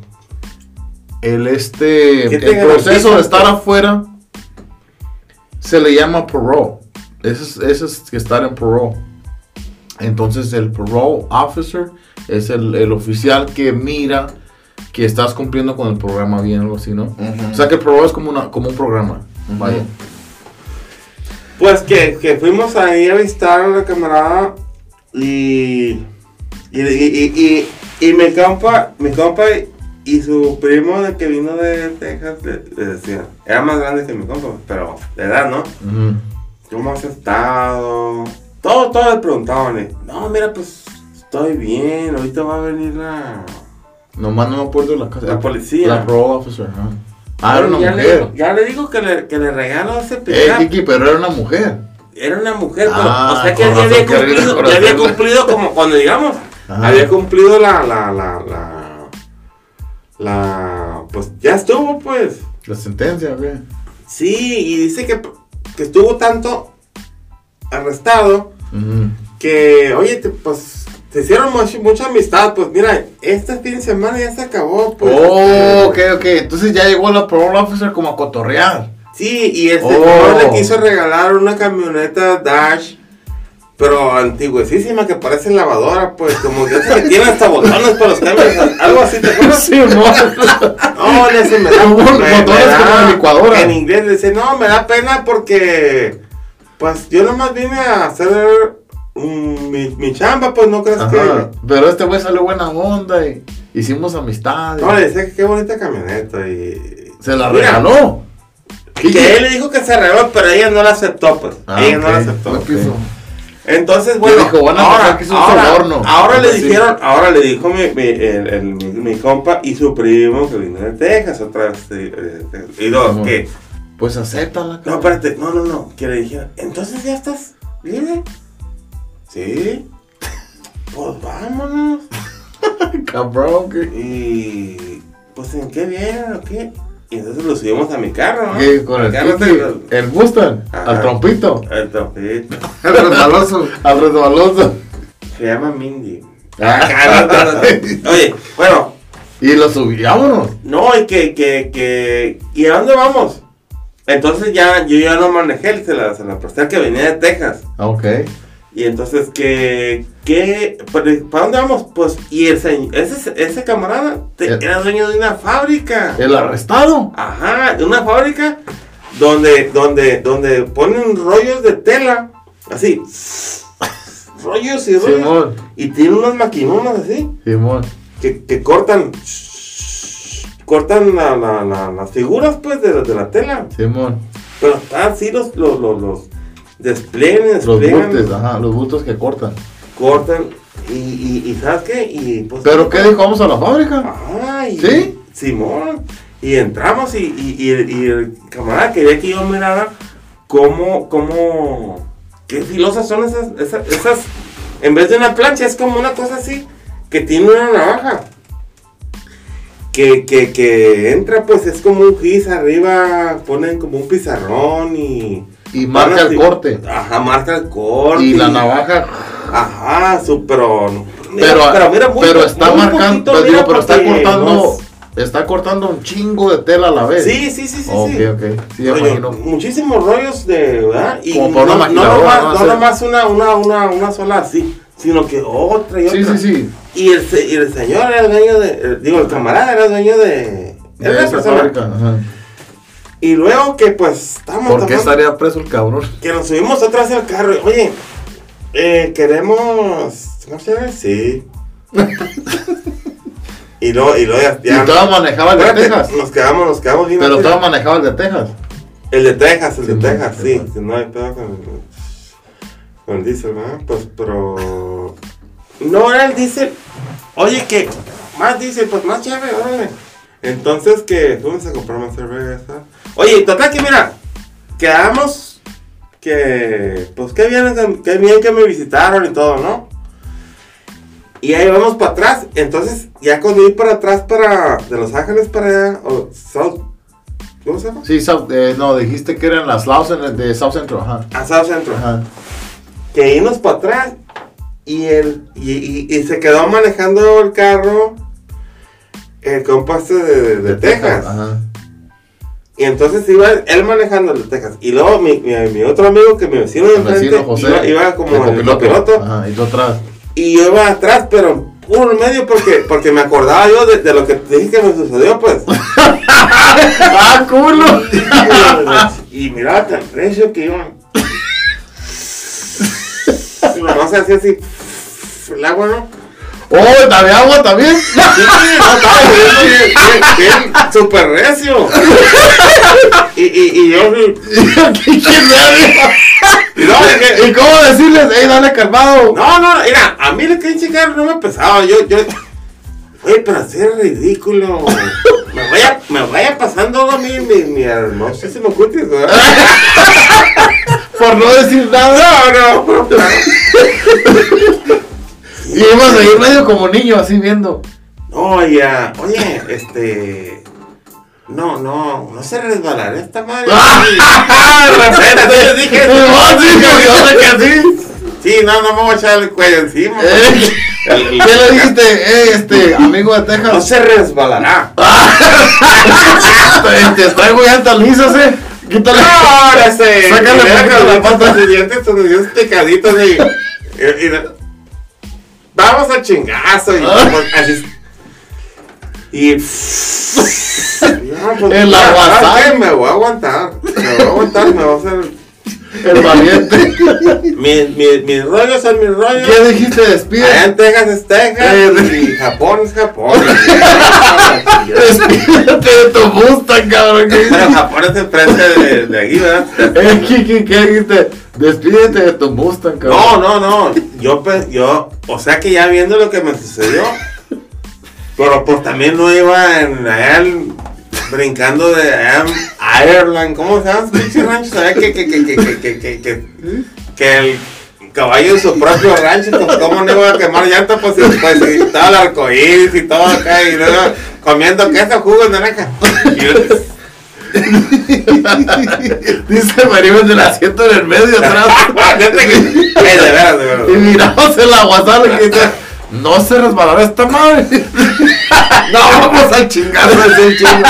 proceso de estar afuera se le llama parole. Eso es que estar en parole. Entonces el parole officer es el oficial que mira que estás cumpliendo con el programa bien, algo así, ¿no? Uh-huh. O sea que el parole es como un programa. Uh-huh. Vaya. Pues que fuimos ahí a visitar a la camarada y mi compa y su primo de que vino de Texas le decían, era más grande que mi compa, pero de edad, ¿no? Uh-huh. ¿Cómo has estado? Todo le preguntaban. No, mira, pues estoy bien, ahorita va a venir Nomás no me acuerdo de la casa. la policía. La parole officer, ajá. Era una ya mujer. ya le digo que le regalo ese pick-up. Kiki, pero era una mujer. Era una mujer, pero, Ah, o sea que con ya razón, ya había cumplido como cuando llegamos. Ajá. Había cumplido pues ya estuvo, pues. La sentencia, güey. Sí, y dice que estuvo tanto arrestado Uh-huh. que, oye, pues te hicieron mucha amistad. Pues mira, este fin de semana ya se acabó, pues. Oh, ok. Entonces ya llegó la parole officer como a cotorrear. Sí, y el señor le quiso regalar una camioneta Dash, pero antigüesísima, que parece lavadora, pues, como que tiene hasta botones para los cambios, algo así, ¿te acuerdas? Sí, no. No, le dice, me da Botones como de licuadora. En inglés le dice, no, me da pena porque, pues, yo nomás vine a hacer mi chamba, pues, no crees Ajá. que... Pero este güey salió buena onda y hicimos amistades. No, le decía que qué bonita camioneta y... Se la Mira, regaló. Que él le dijo que se regaló, pero ella no la aceptó, pues. Ella no la ok. aceptó. No quiso. Entonces, bueno, dijo, van a pensar que es un soborno. ahora le Sí. dijeron, ahora le dijo mi compa y su primo que vino de Texas otra vez. Y luego, ¿qué? Pues acéptala, No, espérate, no, que le dijeron, entonces ya estás libre. Sí. Pues vámonos. Cabrón, que. Y pues ¿en qué vienen o qué? Y entonces lo subimos a mi carro, ¿no? ¿Qué? Con el carro Titi, el Mustang, Ajá. al trompito, El trompito. El resbaloso. al resbaloso. Se llama Mindy. Ah. No. Oye, bueno, Y lo subíamos. no, y que ¿y a dónde vamos? Entonces yo ya no manejé, se la presté al que venía de Texas. Ok. Y entonces ¿para dónde vamos? Pues, y ese camarada era dueño de una fábrica. El arrestado. Ajá, de una fábrica donde ponen rollos de tela, así, rollos y rollos. Simón. Y tiene unas maquinonas así, Simón. que cortan las figuras pues de la tela. Simón. Pero están así los despliegan, Los bultos, ajá, los bultos que cortan. cortan y ¿sabes qué? Y pues, ¿Pero qué dijo? ¿Vamos a la fábrica? Ajá, y ¿Sí? Simón. Y entramos y el camarada quería que yo mirara qué filosas son esas, en vez de una plancha, es como una cosa así, que tiene una navaja. Que entra, pues es como un gis arriba, ponen como un pizarrón y marca el corte. Ajá, marca el corte. Y la navaja. Ajá, pero mira, pero está muy marcando, poquito, mira, pero está porque cortando. no Está cortando un chingo de tela a la vez. Sí. Ok. Sí, me imagino. Muchísimos rollos de, ¿verdad? Y Como por una maquinadora, no nomás una sola así, sino que otra y otra. Sí. Y el señor era dueño el camarada era dueño de De esa fábrica, ajá. Y luego que pues estamos ¿Por qué estaría preso el cabrón? que nos subimos otra vez al carro. Oye, queremos. ¿Cómo se llama? Sí. Y luego ya. Y todo manejaba el de Espérate, Texas. Nos quedamos bien. Pero así. todo manejaba el de Texas. El de Texas, Sí, sí. sí. No hay pedo con el diésel, ¿verdad? Pues, pero. No era el diésel. Oye, que más diésel, pues más chévere, órale. Entonces que fuimos a comprar más cerveza. Oye, total que mira, quedamos que. Pues qué bien que me visitaron y todo, ¿no? Y ahí vamos para atrás. Entonces, ya cuando iba para atrás, de Los Ángeles para allá, o South. ¿Cómo se llama? Sí, no, dijiste que eran las South de South Central, ajá. A South Central. Ajá. Que íbamos para atrás y se quedó manejando el carro el compa de Texas. Ajá. Y entonces iba él manejando el de Texas. Y luego mi otro amigo que mi vecino de El vecino enfrente José. iba como el el copiloto. Ajá, y tú atrás. Y yo iba atrás, pero puro en medio porque me acordaba yo de lo que te dije que me sucedió, pues. ¡Ah, culo! Y miraba tan recio que iba. Y nomás hacía así. El agua, ¿no? ¡Oh, también agua también! Sí, no, estaba bien, súper recio. Y yo. ¿Quién sabe? Y no, dije, ¿Y cómo decirles? ¡Ey, dale calmado! no, mira, a mí el que carro no me pesaba. Yo. Oye, pero así es ridículo. Me vaya pasando a mí mi hermosísimo cutis, ¿verdad? Por no decir nada. No. Y ibas a ir medio como niño, así viendo. No, ya, oye, no se resbalará esta madre. ¡Repente! Dije, yo sé que sí. sí, no me voy a echar el cuello encima. ¿Qué le dijiste? Amigo de Texas. No se resbalará. Te traigo llantas lisas, Quítale. No, ahora se. Sácale poquito la pata. Tus dientes picaditos y vamos al chingazo y así. Y ya, pues, El aguasal. ¿sabes qué? Me voy a aguantar, me voy a hacer El valiente. mis rollos son mis rollos. ¿Qué dijiste? Allá Despide. en Texas es Texas y Japón es Japón. Despídete de tu Mustang, cabrón. Pero Japón es enfrente de aquí, ¿verdad? ¿Qué dijiste? Despídete de tu Mustang, cabrón. No. Yo, o sea que ya viendo lo que me sucedió, pero pues también no iba allá brincando de allá en Ireland, ¿cómo se llama ese pinche rancho? ¿Sabes que el caballo de su propio rancho, pues cómo no iba a quemar llantas? Pues y estaba el arcoíris y todo acá, y luego comiendo queso, jugo de naranja. Dice Mario en el asiento en el medio atrás. de veras. Y miramos el aguasal que dice, no se resbalará esta madre. No, vamos al chingazo ese chingo.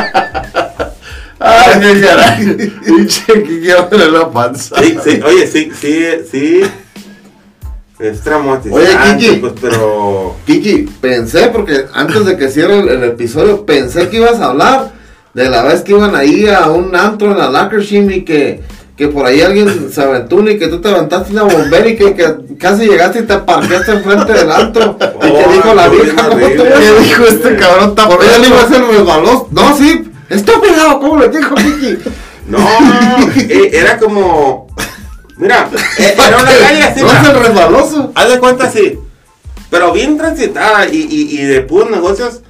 Ay, qué caray. Pinche Kiki, ábrele la panza. Sí, oye, sí. Es traumatizante. Oye, Kiki. Pues, pero... Kiki, pensé, porque antes de que cierre el episodio, pensé que ibas a hablar de la vez que iban ahí a un antro en la Lancashire y que por ahí alguien se aventó y que tú te aventaste una bombera y que casi llegaste y te parqueaste enfrente del antro. Y que dijo la vieja, ¿qué dijo este cabrón tan por ella le iba a hacer resbaloso? No, sí, está pegado, ¿cómo le dijo Kiki? No, era como... Mira, era una calle así. No es el resbaloso. Haz de cuenta así, pero bien transitada y de puros negocios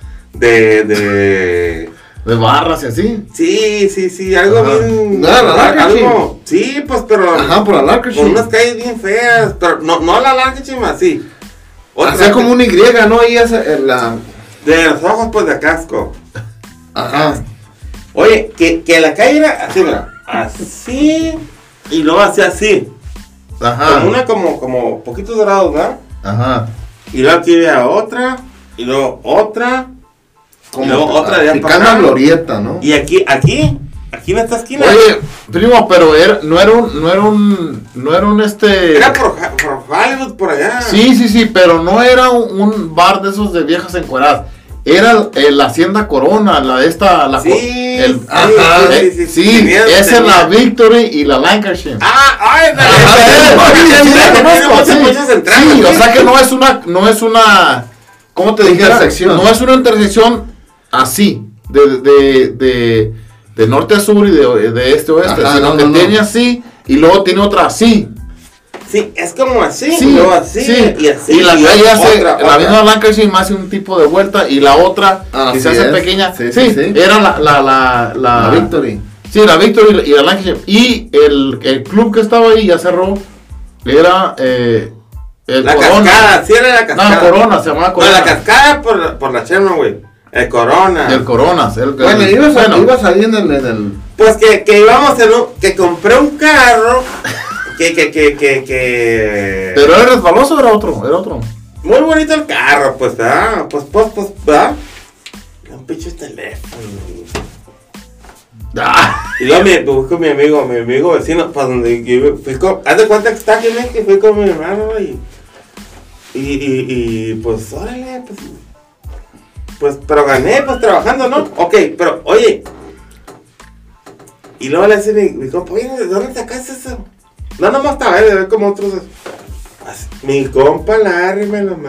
de barras y así. Sí, algo bien. Algo. Sí, pues, pero. Ajá, por la Lancashire. Con unas calles bien feas, pero no la Lancashire, así. Hacía como una Y, ¿no? Ahí es la. De los ojos, pues, de casco. Ajá. Oye, que la calle era así, mira. Así. Y luego hacía así. Ajá. Como poquitos dorados, ¿verdad? Ajá. Y luego aquí había otra. Y luego otra. Como y luego otra de allá para picando acá. glorieta, ¿no? Y aquí en esta esquina. Oye, primo, pero no era un Era por Hollywood, por allá. Sí, pero no era un bar de esos de viejas encueradas. Era la Hacienda Corona, la de esta, la Sí, sí, esa es la Victory y la Lancashire. Sí, o sea que no es una, ¿cómo te dijera? Intersección. No es una intersección así, de norte a sur y de este a oeste, Ajá, sino que tiene así y luego tiene otra así. Sí, es como así, Sí, luego así, y así. Y la calle hace, otra. la misma Lancashire me hace un tipo de vuelta y la otra que se hace pequeña. Sí. Era la Victory. Sí, la Victory y la Lancashire. Y el club que estaba ahí ya cerró. Era el La Corona. cascada, sí era la cascada. No, Corona, se llamaba Corona. No, la cascada por la Cherno, güey. El Corona. El Corona. Bueno, ibas ahí en el... Pues que íbamos que compré un carro que Pero era resbaloso o era otro. muy bonito el carro, pues, ¿verdad? Pues, ¿verdad? Un pinche teléfono. Y luego me busco mi amigo vecino, para donde yo fui haz de cuenta que está aquí, que fui con mi hermano y pues, órale, pues, pero gané, pues, trabajando, ¿no? Ok, pero, oye, y luego le dice mi compa, oye, ¿de dónde sacaste eso? No, nomás estaba de ver como otros. Mi compa Larry me lo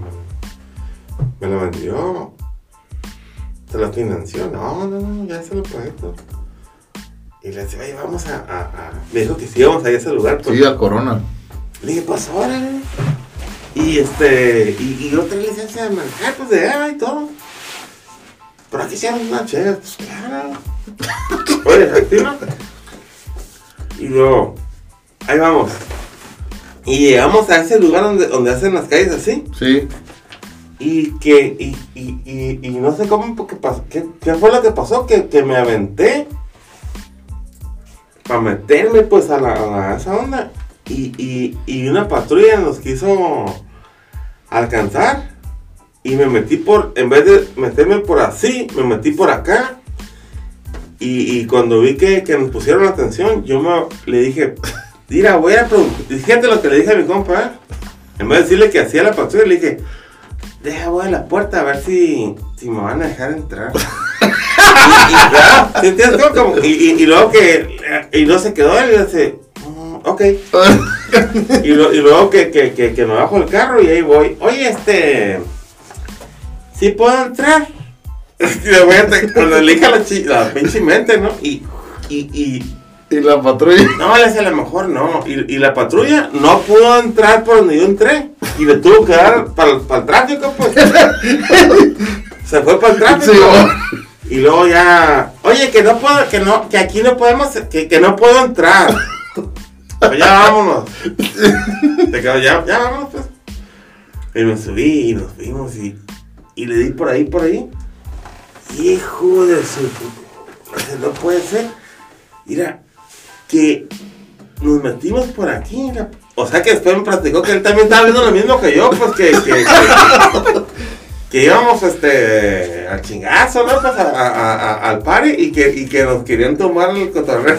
vendió. Se lo financió. No, ya se lo pagué todo. Y le decía, oye, vamos me dijo que sí, vamos a ir a ese lugar. Pues. Sí, al Corona. Le dije, pues órale. Y y otra licencia de manejar, pues de y todo. Pero aquí hicieron una chela, pues claro. Oye, efectivo. Y luego, ahí vamos. Y llegamos a ese lugar donde hacen las calles así. Sí. Y no sé cómo, porque pasó, ¿qué fue lo que pasó? Que me aventé para meterme pues a esa onda. Y una patrulla nos quiso alcanzar. Y me metí en vez de meterme por así, me metí por acá. Y cuando vi que nos pusieron atención, le dije, mira, voy a preguntar. Fíjate lo que le dije a mi compa. En vez de decirle que hacía la patrulla, le dije, voy a la puerta a ver si me van a dejar entrar. ¿Sí entiendes? Y luego y no se quedó, él dice, ok. y luego que me bajo el carro y ahí voy. Oye, ¿sí puedo entrar? Cuando le dije a la pinche mente, ¿no? Y ¿Y la patrulla? No, le decía, a lo mejor no. Y la patrulla no pudo entrar por donde yo entré. Y le tuvo que dar para el tráfico, pues. Se fue para el tráfico. Sí, y luego ya, oye, que aquí no podemos, que no puedo entrar. Pues ya vámonos. Ya vámonos, pues. Y me subí y nos fuimos y le di por ahí. Hijo de su puta. No puede ser. Mira, que nos metimos por aquí. O sea que después me platicó que él también estaba viendo lo mismo que yo, pues que íbamos al chingazo, ¿no? Pues al party y que nos querían tomar el cotorreo.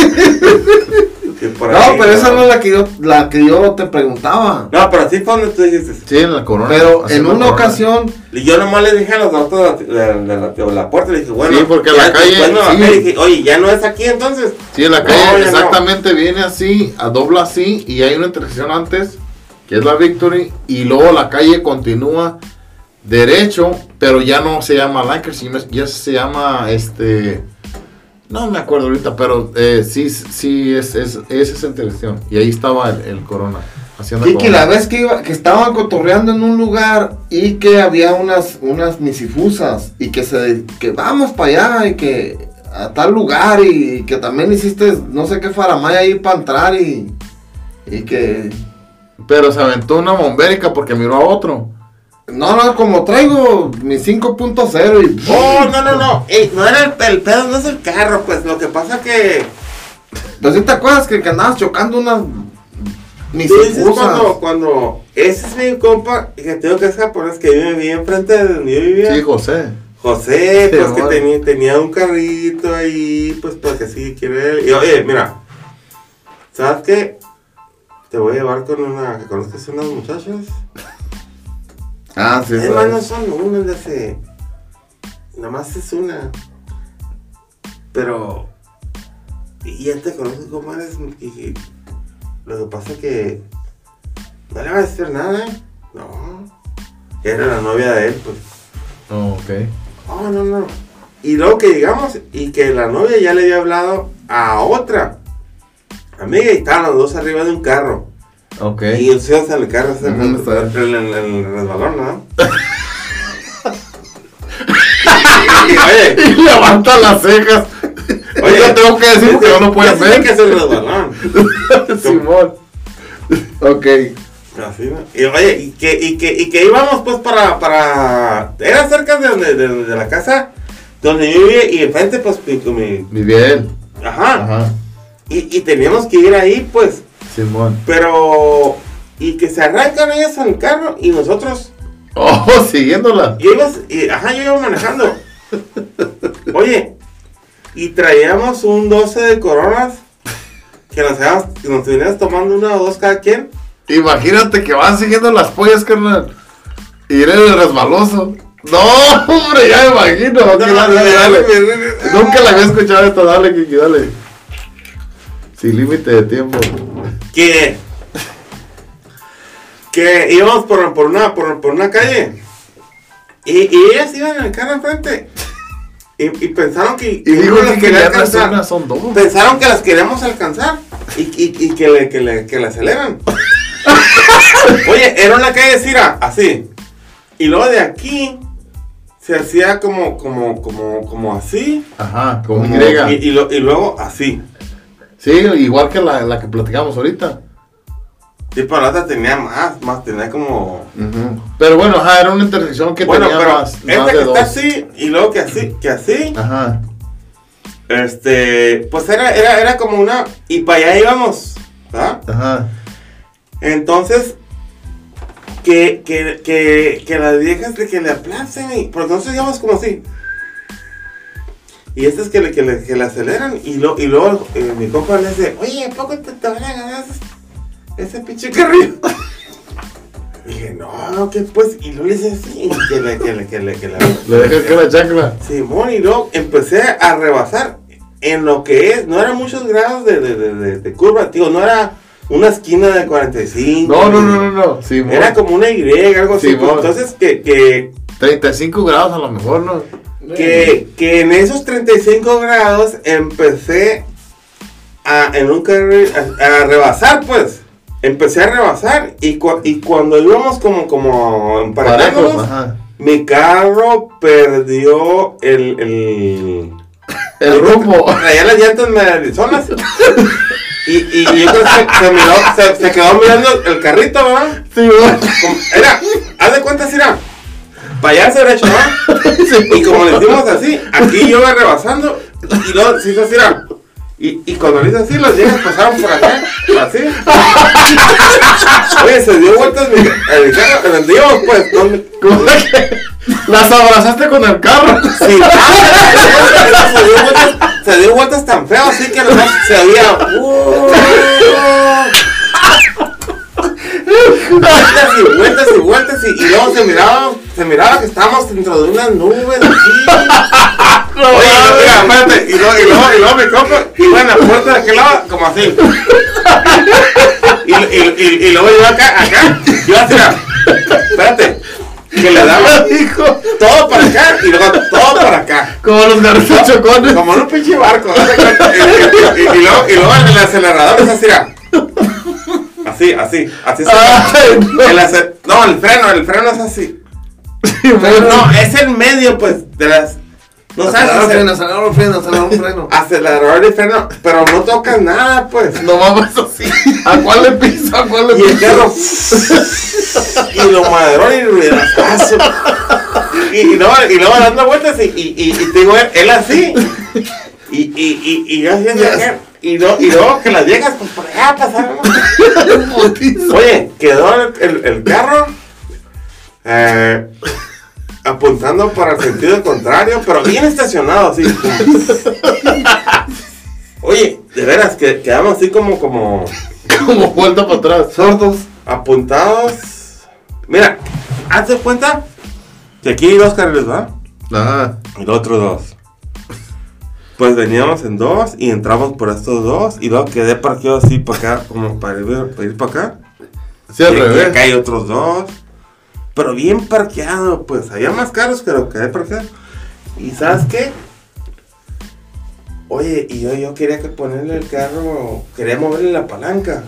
No, pero esa no es la que yo te preguntaba. No, pero sí fue donde tú dijiste. Sí, en la Corona. Pero en una ocasión. Y yo nomás le dije a los dos de la puerta, le dije, bueno. Sí, porque la calle. Sí. Dije, oye, ya no es aquí entonces. Sí, en la calle exactamente viene así, dobla así, y hay una intersección antes, que es la Victory, y luego la calle continúa derecho, pero ya no se llama Lancashire, ya se llama no me acuerdo ahorita, pero sí es esa intersección, y ahí estaba el Corona. Kiki, la vez que estaban cotorreando en un lugar y que había unas misifusas y que vamos para allá y que a tal lugar y que también hiciste no sé qué faramaya ahí para entrar y que... Pero se aventó una bombérica porque miró a otro. No, como traigo mi 5.0 y... Oh, no. No era el pedo, no es el carro, pues lo que pasa que... Pues si te acuerdas que andabas chocando unas... Tú dices cuando ese es mi compa que tengo que es japonés que vive enfrente de donde yo vivía. Sí, José, pues que tenía un carrito ahí, pues porque sí quiere. Y oye, mira, ¿sabes qué? Te voy a llevar con que conozcas unas muchachas. Ah, sí. Además no son unas de ese. Nomás es una. Pero. Y ya te conozco como eres. Y lo que pasa es que no le va a decir nada, ¿eh? No. Era la novia de él, pues. Oh, ok. Oh, no. Y luego que llegamos y que la novia ya le había hablado a otra amiga y estaban los dos arriba de un carro. Ok. Y el señor en el carro, el resbalón, ¿no? y levanta las cejas. Oye, yo tengo que decir porque no lo puedes ver. Que es el resbalón. Simón. Ok. Así, ¿no? Y oye, y que íbamos pues para... Era cerca de la casa donde yo vivía y enfrente pues vivía él. Ajá. Y teníamos que ir ahí pues. Simón. Pero... Y que se arrancan ellas en el carro y nosotros... Oh, siguiéndola. Yo iba manejando. Oye, y traíamos un 12 de Coronas que nos veníamos tomando una o dos cada quien. Imagínate que van siguiendo las pollas, carnal. Y eres el resbaloso. No, hombre, ya me imagino. Dale. Nunca la había escuchado esto. Dale, Kiki, dale. Sin límite de tiempo. Que íbamos por una calle. Y ellas iban en el carro enfrente. Y pensaron que... Y dijo que ya no son dos. Pensaron que las queríamos alcanzar. Y que le aceleran. Oye, era una calle Cira, así. Y luego de aquí se hacía como así. Ajá, como Y. Y luego así. Sí, igual que la que platicamos ahorita. Sí, pero la otra tenía más, tenía como... Uh-huh. Pero bueno, era una intersección que tenía más esta de que dos. está así, y luego que así. Ajá. Pues era como una... Y para allá íbamos, ¿verdad? Ajá. Entonces, que las viejas que le aplacen, porque nosotros íbamos como así. Y estas que le aceleran, y luego mi compa le dice, oye, ¿a poco te van a ganar ese pinche carrillo? Y dije, no, que pues, y luego le dice así, que le dejas que la chancla. Simón, y luego empecé a rebasar en lo que no eran muchos grados de curva, digo, no era una esquina de 45. No. Simón. Era como una Y, algo así. Pues, entonces, que 35 grados a lo mejor, ¿no? Que en esos 35 grados empecé en un carril a rebasar, pues. Empecé a rebasar y cuando íbamos como emparejándonos, mi carro perdió el rumbo. Traía las llantas medizonas. Y yo creo que se quedó mirando el carrito, ¿verdad? Sí, bueno. Haz de cuenta, Sira. Para allá hacia derecho, ¿verdad? Sí. Y como le hicimos así, aquí yo iba rebasando y luego se hizo así, ¿verdad? Y cuando le hice así, las viejas pasaron por acá, así. Oye, se dio vueltas el carro, el Dios, pues. ¿Cómo que? ¿Las abrazaste con el carro? Sí. Se dio vueltas tan feo, así que nomás se había... vueltas y luego se miraba que estábamos dentro de unas nubes aquí. Oye, mira, espérate, y luego mi compa iba en la puerta de aquel lado, como así. Y luego yo acá, yo así, espérate, que le daba todo para acá y luego todo para acá. Como los garritos chocones. Como en un pinche barco, y luego en el acelerador es así, así. Ay, no. El freno es así. Sí, bueno. No, es el medio, pues, de las... No sabes acelerador, freno. Acelerador y freno, pero no tocas nada, pues. No vamos así. ¿A cuál le piso? Y el carro... y lo maderó y ruidazo. Y luego dando vueltas y te digo, él así. Y yo así, y luego que las viejas, pues por allá pasaron. Oye, quedó el carro apuntando para el sentido contrario, pero bien estacionado, así. Oye, de veras, que quedamos así como vuelta para atrás. Sordos. Apuntados. Mira, hazte cuenta que aquí hay 2 carriles, ¿verdad? Ajá. Y los otros 2. Pues veníamos en 2 y entramos por estos 2 y luego quedé parqueado así para acá, como para ir para acá. Sí, al y revés. acá hay otros 2. Pero bien parqueado, pues había más carros, pero quedé parqueado. ¿Y sabes qué? Oye, y yo quería que ponerle el carro, quería moverle la palanca.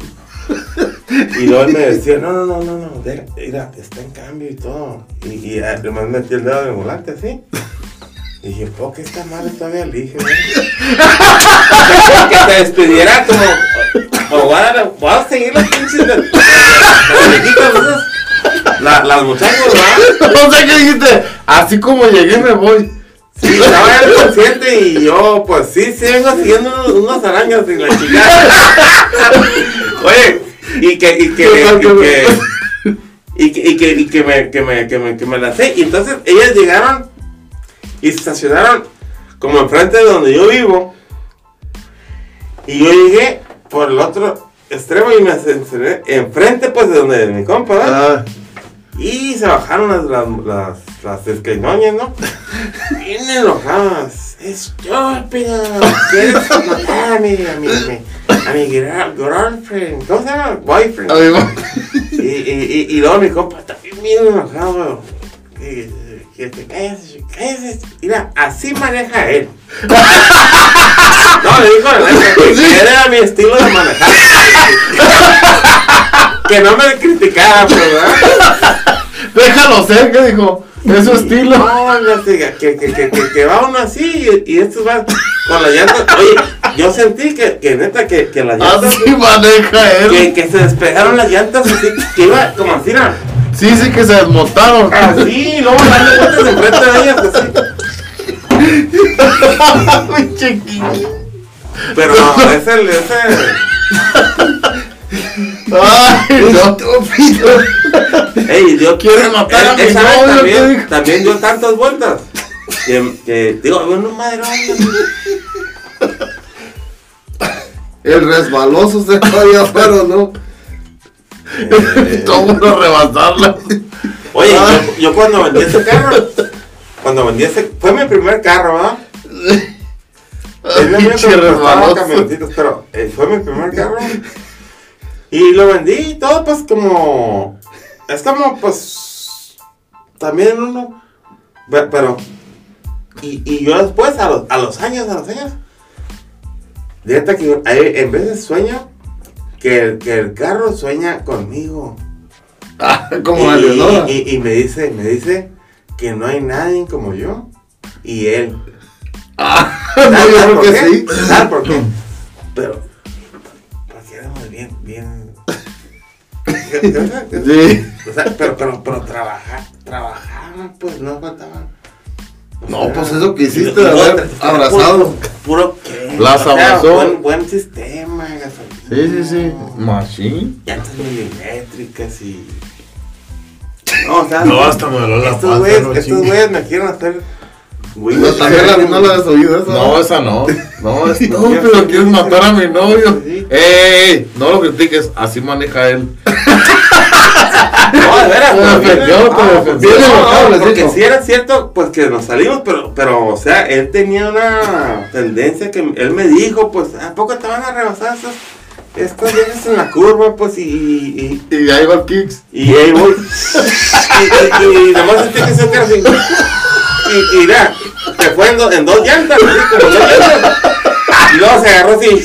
Y luego él me decía, no, mira, está en cambio y todo. Y además metí el dedo en el volante así. Y dije, ¿por qué esta madre todavía elige? Que te despidiera como voy a seguir las pinches las muchachas, ¿verdad? No sé qué dijiste. Así como llegué me voy. Sí, estaba ya consciente y yo, pues sí, vengo siguiendo unos arañas y la chingada. Oye, que me las sé. Y entonces ellas llegaron y se estacionaron como enfrente de donde yo vivo. Y yo llegué por el otro extremo y me estacioné enfrente, pues, de donde mi compa, ¿verdad? Y se bajaron las esqueñoñas, ¿no? Bien enojadas. Estúpida. ¿Quieres matar a mi girlfriend? ¿Cómo se llama? Boyfriend. Y luego mi compa está bien enojado. Cállese. Mira, así maneja él. No, le dijo que era mi estilo de manejar. Que no me criticara, ¿verdad? Déjalo ser, que dijo. Es su estilo. No, que va uno así y estos van con las llantas. Oye, yo sentí que neta que las llantas. Así maneja él. Que se despegaron las llantas así, que iba como así, ¿no? Sí, que se desmontaron. Así, luego dando vueltas enfrente de ellas, así. Muy chiquillo. Pero no, ese. Ay, no. Ey, yo quiero matar a mi novio. También dio tantas vueltas. Que digo, había un maderón. El resbaloso se fue afuera, ¿no? Todo mundo rebasarla. Oye, yo cuando vendí ese carro, fue mi primer carro, ¿verdad? Pero fue mi primer carro. Y lo vendí y todo, pues, como... Es como, pues... También uno... Pero... Y yo después, a los años... Neta que en veces sueño que el carro sueña conmigo. Como la Leonora. Y me dice que no hay nadie como yo y él. No, yo creo que sí. ¿Sabes por qué? Pero, porque éramos bien. Sí. O sea, pero trabajaban, pues, no faltaban. No, pues eso que hiciste de haber abrazado. Puro que. Las abrazó. Buen sistema, gasolina. Sí. Machine. Llantas milimétricas y. No, o sea. No, hasta me dolió la estos panza, güeyes, no, estos güeyes me quieren hacer. Güey, No, también no la has oído eso. No, esa no. No, es No, pero quieres matar a mi novio. Sí. ¡Ey! No lo critiques, así maneja él. No, de veras, Te defendió. No, porque si era cierto, pues que nos salimos, pero, o sea, él tenía una tendencia que él me dijo, pues, ¿a poco te van a rebasar estas veces en la curva, pues, Y ahí va el Kicks. y ahí voy, y nomás sentí que se quedó así, y mira, se fue en dos llantas, así como 2 llantas, y luego se agarró así,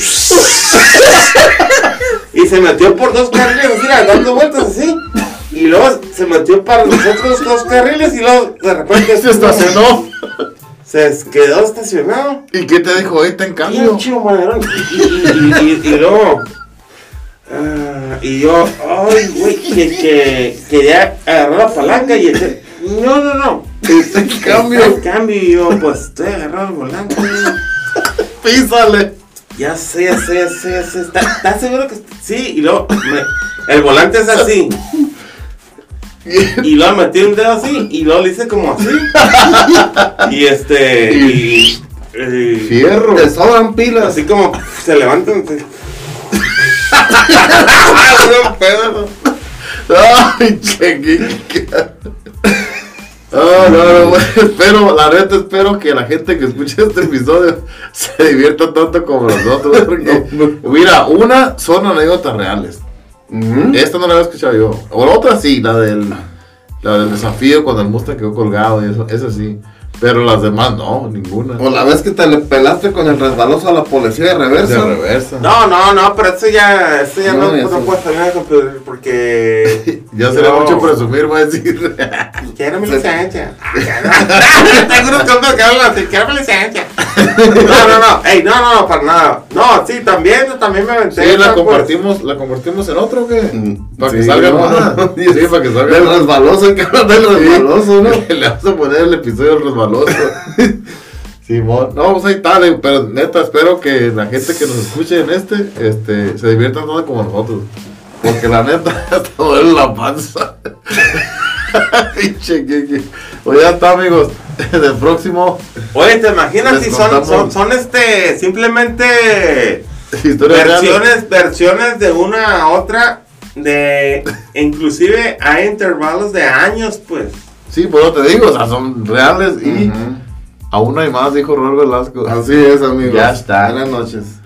y se metió por 2 carriles, mira, dando vueltas así. Y luego se metió para los otros 2 carriles y luego de repente Se estacionó. Se quedó estacionado. ¿Y qué te dijo? Ahí te en cambio. Bien chido, maderón. Y luego. Y yo, ay, güey, que quería agarrar la palanca y echar. No. Está en cambio. En cambio, y yo, pues estoy agarrando el volante. Písale. Ya sé. ¿Estás seguro que sí? Y luego, el volante es así. Y luego metí un dedo así y luego le hice como así. Y Fierro. Te sobran pilas. así como se levantan. Ay, chequica. No, bueno, espero que la gente que escuche este episodio se divierta tanto como nosotros, porque, mira, son anécdotas reales. Esta no la había escuchado yo. O la otra sí, la del desafío cuando el Mustang quedó colgado y eso, esa sí. Pero las demás no, ninguna. O la vez que te le pelaste con el resbaloso a la policía de reversa. De reversa. No, pero eso ya No, no puedo saber porque Ya sería mucho presumir, voy a decir. quiero mi licencia. Tengo unos compas que hablan así, quiero mi licencia. No. Ey, no, para nada. No, sí, también me aventé. Sí, esa, la convertimos en otro, ¿qué? Para que Sí, salga no. buena. Sí, para que salga Del buena. resbaloso, hay que hablar del resbaloso, ¿no? Le vamos a poner el episodio del resbaloso. Simón. No, pues ahí está, pero neta, espero que la gente que nos escuche en se divierta tanto como nosotros. Porque la neta, hasta duele la panza. Pinche Kiki. Pues ya está, amigos. Del próximo. Oye, ¿te imaginas Les si contamos. son simplemente Historias reales. versiones de una a otra, inclusive hay intervalos de años, pues. Sí, pues te digo, o sea, son reales y Ujú. aún hay más, dijo Rol Velasco. Así es, amigos. Ya está. Buenas noches.